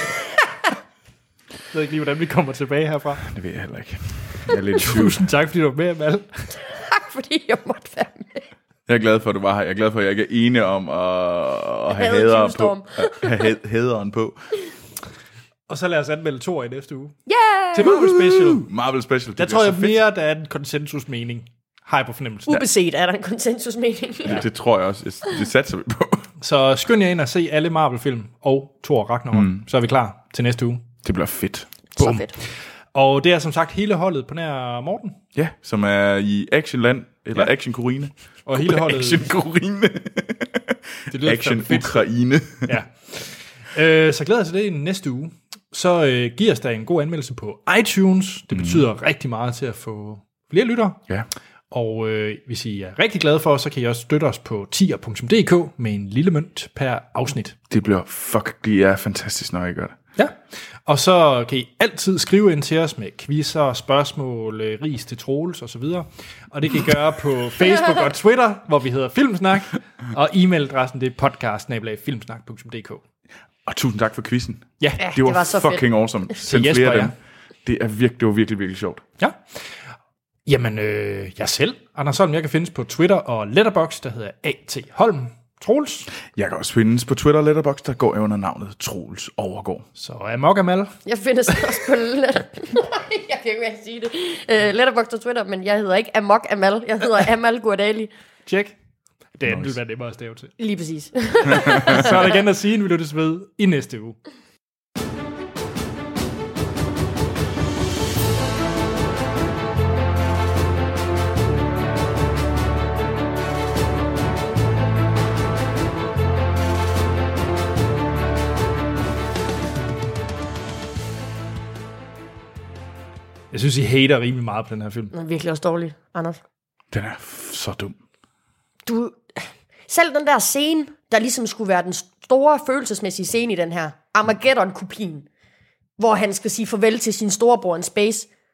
Jeg ved ikke lige, hvordan vi kommer tilbage herfra. Det ved jeg heller ikke. Jeg er lidt Tusind tak, fordi du var med, Amal. Tak, fordi jeg måtte være med. Jeg er glad for, at du var her. Jeg er glad for, at jeg ikke er ene om at, at have hæderen på. At have hæderen på. Og så lad os anmelde to i næste uge. Yeah! Til Marvel Special. Marvel Special. Der tror jeg mere, der er en konsensusmening. Har jeg på fornemmelsen. Ubeset er der en konsensusmening. Ja. Det tror jeg også. Det satser vi på. Så skynd jer ind og se alle Marvel-film og Thor Ragnarok. Mm. Så er vi klar til næste uge. Det bliver fedt. Boom. Så fedt. Og det er som sagt hele holdet på nær Morten. Ja, som er i Actionland, eller ja. Action Corine. Og hele holdet... Action Corine. Det lyder Action Ukraine. Ja. Øh, så glæder jeg til det i næste uge. Så øh, giver os da en god anmeldelse på iTunes. Det betyder mm. rigtig meget til at få flere lyttere. Ja. Og øh, hvis I er rigtig glade for os, så kan I også støtte os på tier punktum d k med en lille mønt per afsnit. Det bliver fuck, det er fantastisk, når I gør det. Ja, og så kan I altid skrive ind til os med quizzer, spørgsmål, ris til Troels og så videre. Og det kan I gøre på Facebook og Twitter, hvor vi hedder Filmsnak. Og e-mailadressen det er podcast bindestreg filmsnak punktum d k. Og tusind tak for quizzen. Ja, ja det var, det var så fucking fedt. awesome. Send Jesper, flere af ja. dem. Det, er virkelig, det var virkelig, virkelig sjovt. Ja. Jamen, øh, jeg selv, Anders Holm, jeg kan findes på Twitter og Letterboxd, der hedder A T Holm. Troels. Jeg kan også findes på Twitter og Letterboxd, der går jeg under navnet Troels Overgaard. Så Amok Amal. Jeg findes også på Letter... jeg kan ikke mere sige det. Uh, Letterboxd og Twitter, men jeg hedder ikke Amok Amal. Jeg hedder Amal Gurdali. Tjek. Det er nice. Nemmere at stave til. Lige præcis. Så er der igen at sige, at vi lyttes ved i næste uge. Jeg synes, I hater rimelig meget på den her film. Den er virkelig også dårlig, Anders. Den er f- så dum. Du... Selv den der scene, der ligesom skulle være den store følelsesmæssige scene i den her Armageddon-kopien, hvor han skal sige farvel til sin storebror in space.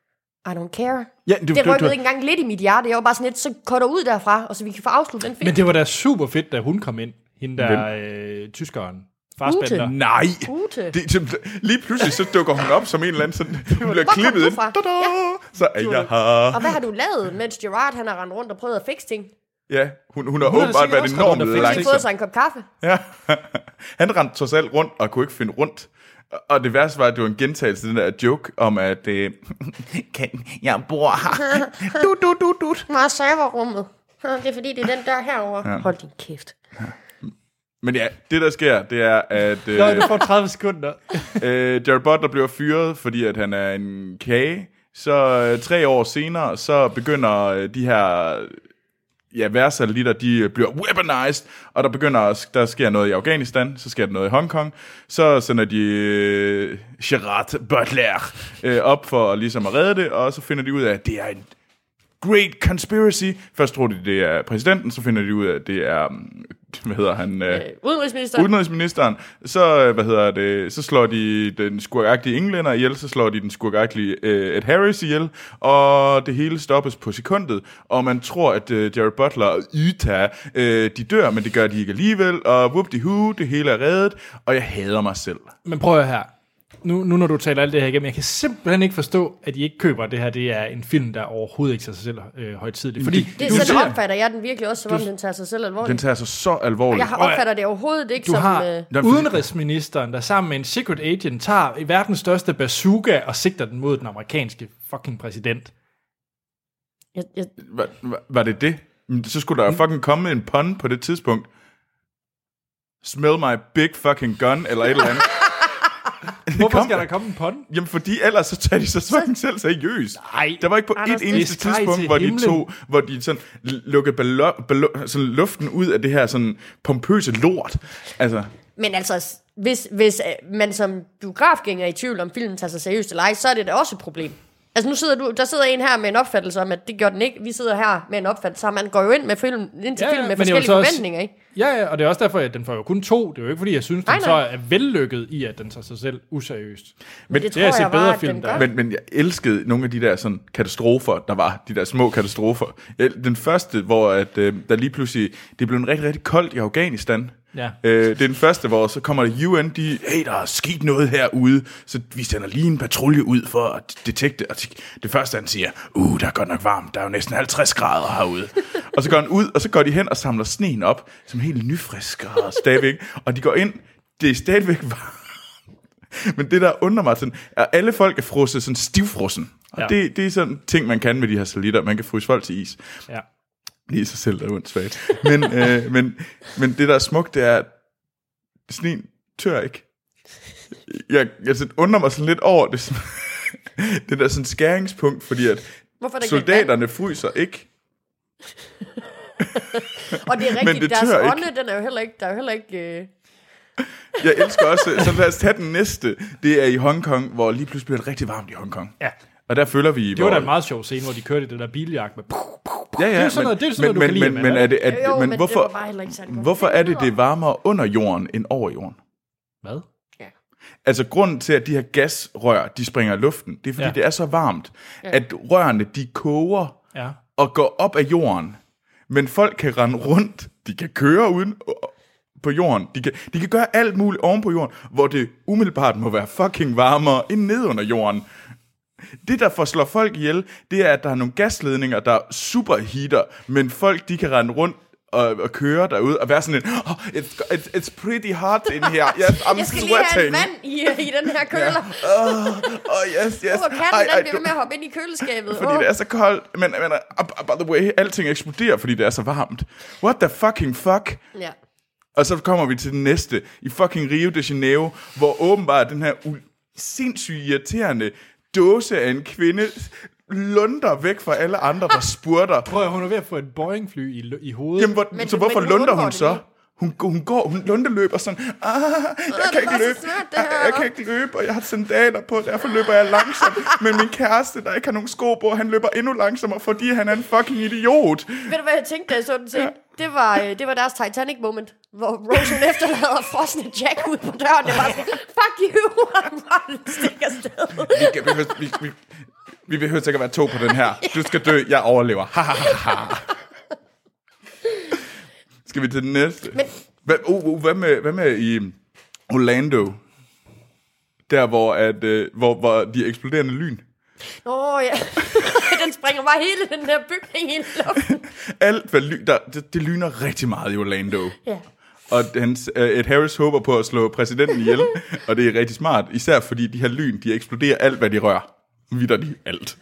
I don't care. Ja, du, det du, rykkede du, ikke engang lidt i mit hjerte. Jeg var bare sådan lidt, så cutter ud derfra, og så vi kan få afsluttet den film. Men det var da super fedt, da hun kom ind. Hende der øh, tyskeren. Farsbender. Nej. Ute. Det, lige pludselig så dukker hun op som en eller anden sådan, hun bliver klippet ind. Ja. Så er jeg her. Og hvad har du lavet, mens Gerard han har rendt rundt og prøvet at fikse ting? Ja, hun, hun har Hun har åbenbart været sikkert enormt også Han har langsom. fået sig en kop kaffe. Ja. Han rendte trods alt rundt og kunne ikke finde rundt. Og det værste var, at det var en gentagelse af den der joke om, at øh, kan jeg bor her. Du, du, du, du. Meget serverrummet. Det er fordi, det er den der herovre. Ja. Hold din kæft. Men ja, det der sker, det er, at øh, Nå, det får tredive sekunder. øh, Jared Butler bliver fyret, fordi at han er en kage. Så øh, tre år senere, så begynder øh, de her ja, værsatellitter, de bliver weaponized, og der begynder, der sker noget i Afghanistan, så sker der noget i Hongkong, så sender de øh, Gerard Butler øh, op for ligesom at redde det, og så finder de ud af, at det er en great conspiracy. Først tror de, det er præsidenten, så finder de ud af, at det er, hvad hedder han? Øh, Udenrigsministeren. Udenrigsministeren. Så, hvad hedder det, så slår de den skurkagtige englænder ihjel, så slår de den skurkagtige øh, Ed Harris ihjel, og det hele stoppes på sekundet, og man tror, at øh, Jared Butler og Utah, øh, de dør, men det gør de ikke alligevel, og whoop-de-hoo, det hele er reddet, og jeg hader mig selv. Men prøv at høre her. Nu, nu når du taler alt det her igennem, jeg kan simpelthen ikke forstå, at I ikke køber, at det her det er en film, der overhovedet ikke tager sig selv øh, højtidligt. Fordi det, du sådan ser, opfatter jeg den virkelig også, som om den tager sig selv alvorligt. Den tager sig så alvorligt. Jeg har opfatter det overhovedet ikke du som... har Øh... udenrigsministeren, der sammen med en secret agent tager verdens største bazooka og sigter den mod den amerikanske fucking præsident. Jeg, jeg... Var, var, var det det? Så skulle der fucking komme en pun på det tidspunkt. Smell my big fucking gun, eller et eller andet. Hvorfor skal der komme en pun? Jamen, fordi ellers så tager de sig fucking selv seriøst. Nej. Der var ikke på Anders, et eneste det er tidspunkt, til hvor de himlen. to, hvor de sådan lukkede ballo- ballo- sådan luften ud af det her sådan pompøse lort. Altså, Men altså, hvis, hvis øh, man som biografgænger er i tvivl om filmen tager sig seriøst eller ej, så er det da også et problem. Altså nu sidder du, der sidder en her med en opfattelse om, at det gør den ikke. Vi sidder her med en opfattelse, man går jo ind med film, ind til Ja, ja, film med men jeg vil forskellige så også- forventninger, ikke? Ja, ja, og det er også derfor, at den får jo kun to. Det er jo ikke, fordi jeg synes, Nej, den så nej. er vellykket i, at den tager sig selv useriøst. Men det, det tror har jeg set jeg bedre bare, at film, den der- gør. men, men jeg elskede nogle af de der sådan katastrofer, der var. De der små katastrofer. Jeg- Den første, hvor at, øh, der lige pludselig, det blev en rigtig, rigtig koldt i Afghanistan. Ja. Øh, det er den første, hvor så kommer der U N, de, hey, der er sket noget herude, så vi sender lige en patrulje ud for at detekte, og det første, han siger, uh, der er godt nok varmt, der er jo næsten halvtreds grader herude. Og så går han ud, og så går de hen og samler sneen op, som helt nyfrisk og stadigvæk, og de går ind, det er stadigvæk varmt. Men det, der undrer mig, sådan, er, at alle folk er frosset sådan stivfrossen. Og Ja. det, det er sådan ting, man kan med de her satellitter. Man kan fryse folk til is. Ja. Lige i sig selv er ondt svagt. Men, øh, men, men det, der er smukt, det er, at sneen tør ikke. Jeg, jeg sådan undrer mig sådan lidt over det. Det der sådan skæringspunkt, fordi at Hvorfor er der soldaterne fryser ikke. Og det er Men rigtigt, det deres tør ikke. ånde, den er jo heller ikke, der er jo heller ikke... Øh... Jeg elsker også, så lad os tage den næste. Det er i Hongkong, hvor lige pludselig bliver det rigtig varmt i Hongkong. Ja. Og der følger vi... Det var da en meget sjov scene, hvor de kørte i det der biljagt med... Ja, ja, Det er jo sådan noget- det er jo sådan men, noget, du kan men, lide, men, men, Amanda. er det, er, Jo, jo, men, men hvorfor, det var bare heller ikke særlig godt. hvorfor er det, det er varmere under jorden end over jorden? Hvad? Altså, grunden til, at de her gasrør, de springer i luften, det er, fordi Ja. ja. det er så varmt, ja. at rørene, de koger Ja. og går op af jorden. Men folk kan rende rundt, de kan køre uden på jorden, de kan, de kan gøre alt muligt oven på jorden, hvor det umiddelbart må være fucking varmere end ned under jorden. Det, der får slår folk ihjel, det er, at der er nogle gasledninger, der superheater, men folk, de kan rende rundt og, og køre derude og være sådan en, oh, it's, it's, it's pretty hot in here. Yes, I'm Jeg skal lige have sweating. en vand i, i den her køler. Ja. Oh, oh, yes, yes. Hvorfor katten, Ej, ej, den bliver ved med at hoppe ind i køleskabet? fordi Åh. det er så koldt. Men, men uh, by the way, alting eksploderer, fordi det er så varmt. What the fucking fuck? Ja. Og så kommer vi til den næste, i fucking Rio de Janeiro, hvor åbenbart den her u- sindssygt irriterende dåse af en kvinde lunder væk fra alle andre, der spurter. Prøv at hun er ved at få et Boeing-fly i, i hovedet. Jamen, hvor, Men- så hvorfor men hun lunder undgår hun det så? lige. Hun, hun går, hun lundeløber sådan, ah, jeg kan det var ikke så løbe, svært, det jeg, her. jeg kan ikke løbe, og jeg har sandaler på, derfor løber jeg langsomt. Men min kæreste, der ikke har nogen sko på, han løber endnu langsommere, fordi han er en fucking idiot. Ved du, hvad jeg tænkte, da jeg så den scene? Det var, øh, det var deres Titanic-moment, hvor Rose hun efterlader frosne Jack ud på døren. Det var sådan, fuck you, og han bare stikker afsted. Vi, kan- vi, vi, vi, Vi behøver sikkert være to på den her. Du skal dø, jeg overlever. Ha, ha, ha, ha. Skal vi til den næste? Men... Hvad, uh, uh, hvad, med, hvad med i Orlando? Der, hvor, at, uh, hvor, hvor de eksploderende lyn. Åh, oh, ja. Den springer bare hele den der bygning i luften. Alt, hvad ly, der, det, det lyner rigtig meget i Orlando. Ja. Og hans, uh, Ed Harris håber på at slå præsidenten ihjel, og det er rigtig smart, især fordi de her lyn, de eksploderer alt, hvad de rører. Vidder de alt.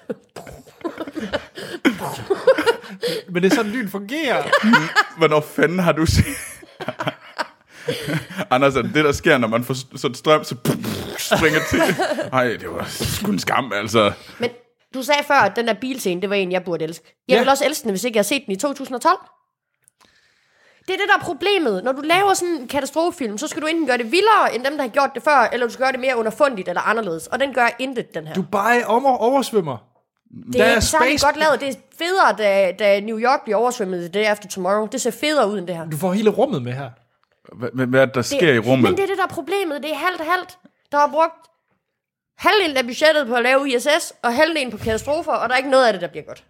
Men det er sådan, lyn fungerer. Hvornår fanden har du set... Anders, er det det, der sker, når man får sådan strøm, så springer til. Ej, det var sgu en skam, altså. Men du sagde før, at den der bilscene, det var en, jeg burde elske. Jeg ja. ville også elske den, hvis ikke jeg havde set den i to tusind og tolv. Det er det, der er problemet. Når du laver sådan en katastrofefilm, så skal du enten gøre det vildere, end dem, der har gjort det før, eller du skal gøre det mere underfundigt eller anderledes. Og den gør intet, den her. Dubai over, oversvømmer. Det er, er ikke særlig godt lavet. Det er federe, da, da New York bliver oversvømmet The Day After Tomorrow. Det ser federe ud end det her. Du får hele rummet med her. Hvad, hvad er det, der sker det, i rummet? Men det er det, der er problemet. Det er halvt og halvt. Der har brugt halvdelen af budgettet på at lave I S S, og halvdelen på katastrofer, og der er ikke noget af det, der bliver godt.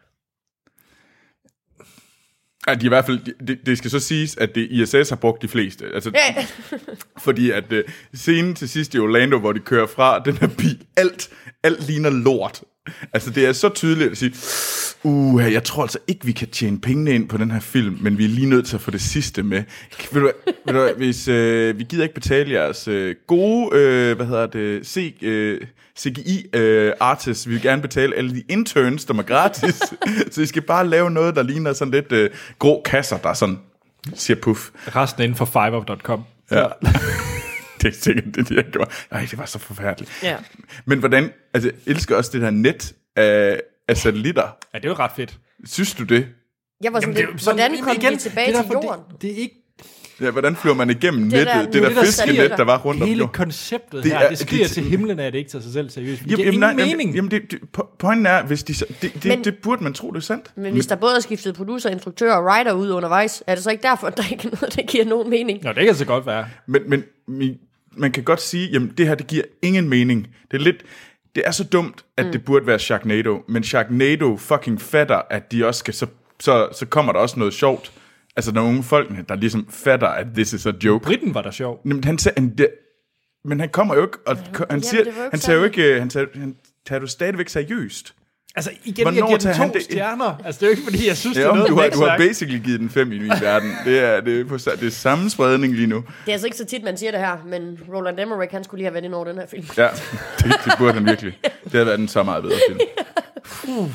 Ja, de i hvert fald, det, det skal så siges, at det I S S har brugt de fleste. Altså, ja. Fordi at uh, scenen til sidst i Orlando, hvor de kører fra den her bil, alt, alt ligner lort. Altså, det er så tydeligt at sige, uh, jeg tror altså ikke, vi kan tjene pengene ind på den her film, men vi er lige nødt til at få det sidste med. Ved du, ved du, hvis uh, vi gider ikke betale jeres uh, gode, uh, hvad hedder det, C, uh, C G I-artists, uh, vi vil gerne betale alle de interns, der er gratis, så I skal bare lave noget, der ligner sådan lidt uh, grå kasser, der sådan siger puff. Resten inden for fiverr punktum com. Ja. Det er sikkert det, de har gjort. Ej, det var så forfærdeligt. Ja. Men hvordan, altså, jeg elsker også det der net af, af satellitter. Ja, det er jo ret fedt. Synes du det? Jeg var sådan, Jamen, lidt, sådan, hvordan kom igen, vi tilbage det til jorden? Det, det er ikke... Ja, hvordan flyver man igennem det nettet? Der, det der, det der fiskenet, der var rundt om hele jorden. konceptet det her, er, det skriger det, til himlen af, at det ikke tager sig selv seriøst. Det jamen, giver ingen nej, mening. Jamen, det, det, pointen er, hvis de, det, det, men, det burde man tro, det er sandt. Men hvis der både er skiftet producer, instruktør og writer ud undervejs, er det så ikke derfor, at der ikke er noget, der giver nogen mening? Nå, det kan så godt være. Men, men man kan godt sige, jamen det her, det giver ingen mening. Det er lidt... Det er så dumt, at mm. det burde være Sharknado, men Sharknado fucking fatter, at de også skal, så, så, så kommer der også noget sjovt. Altså, der er nogle folkene, der ligesom fatter, at this is a joke. Britten var der sjov. Men han, han, det, men han kommer jo ikke, og han, han siger, han tager jo ikke, han tager, han tager jo stadigvæk seriøst. Altså, igen, Hvornår jeg giver den to han det? stjerner. Altså, det er jo ikke, fordi jeg synes, ja, det er noget, du har, du har sagt. basically givet den fem i min verden. Det er, det, er på, det er samme spredning lige nu. Det er altså ikke så tit, man siger det her, men Roland Emmerich, han skulle lige have været ind over den her film. Ja, det, det burde han virkelig. Det havde været en så meget bedre film. Uh.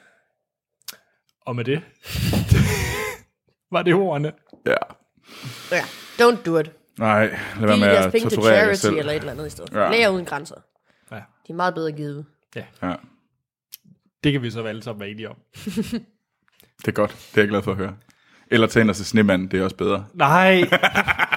Og med det var det ordene. Ja. Ja, don't do it. Nej, lad være med at torturere jer selv. Eller et eller andet i stedet. Ja. Læger uden grænser. Ja. De er meget bedre givet. Ja. ja. Det kan vi så alle sammen være enige om. Det er godt. Det er jeg glad for at høre. Eller tage ind og se Snemanden, det er også bedre. Nej.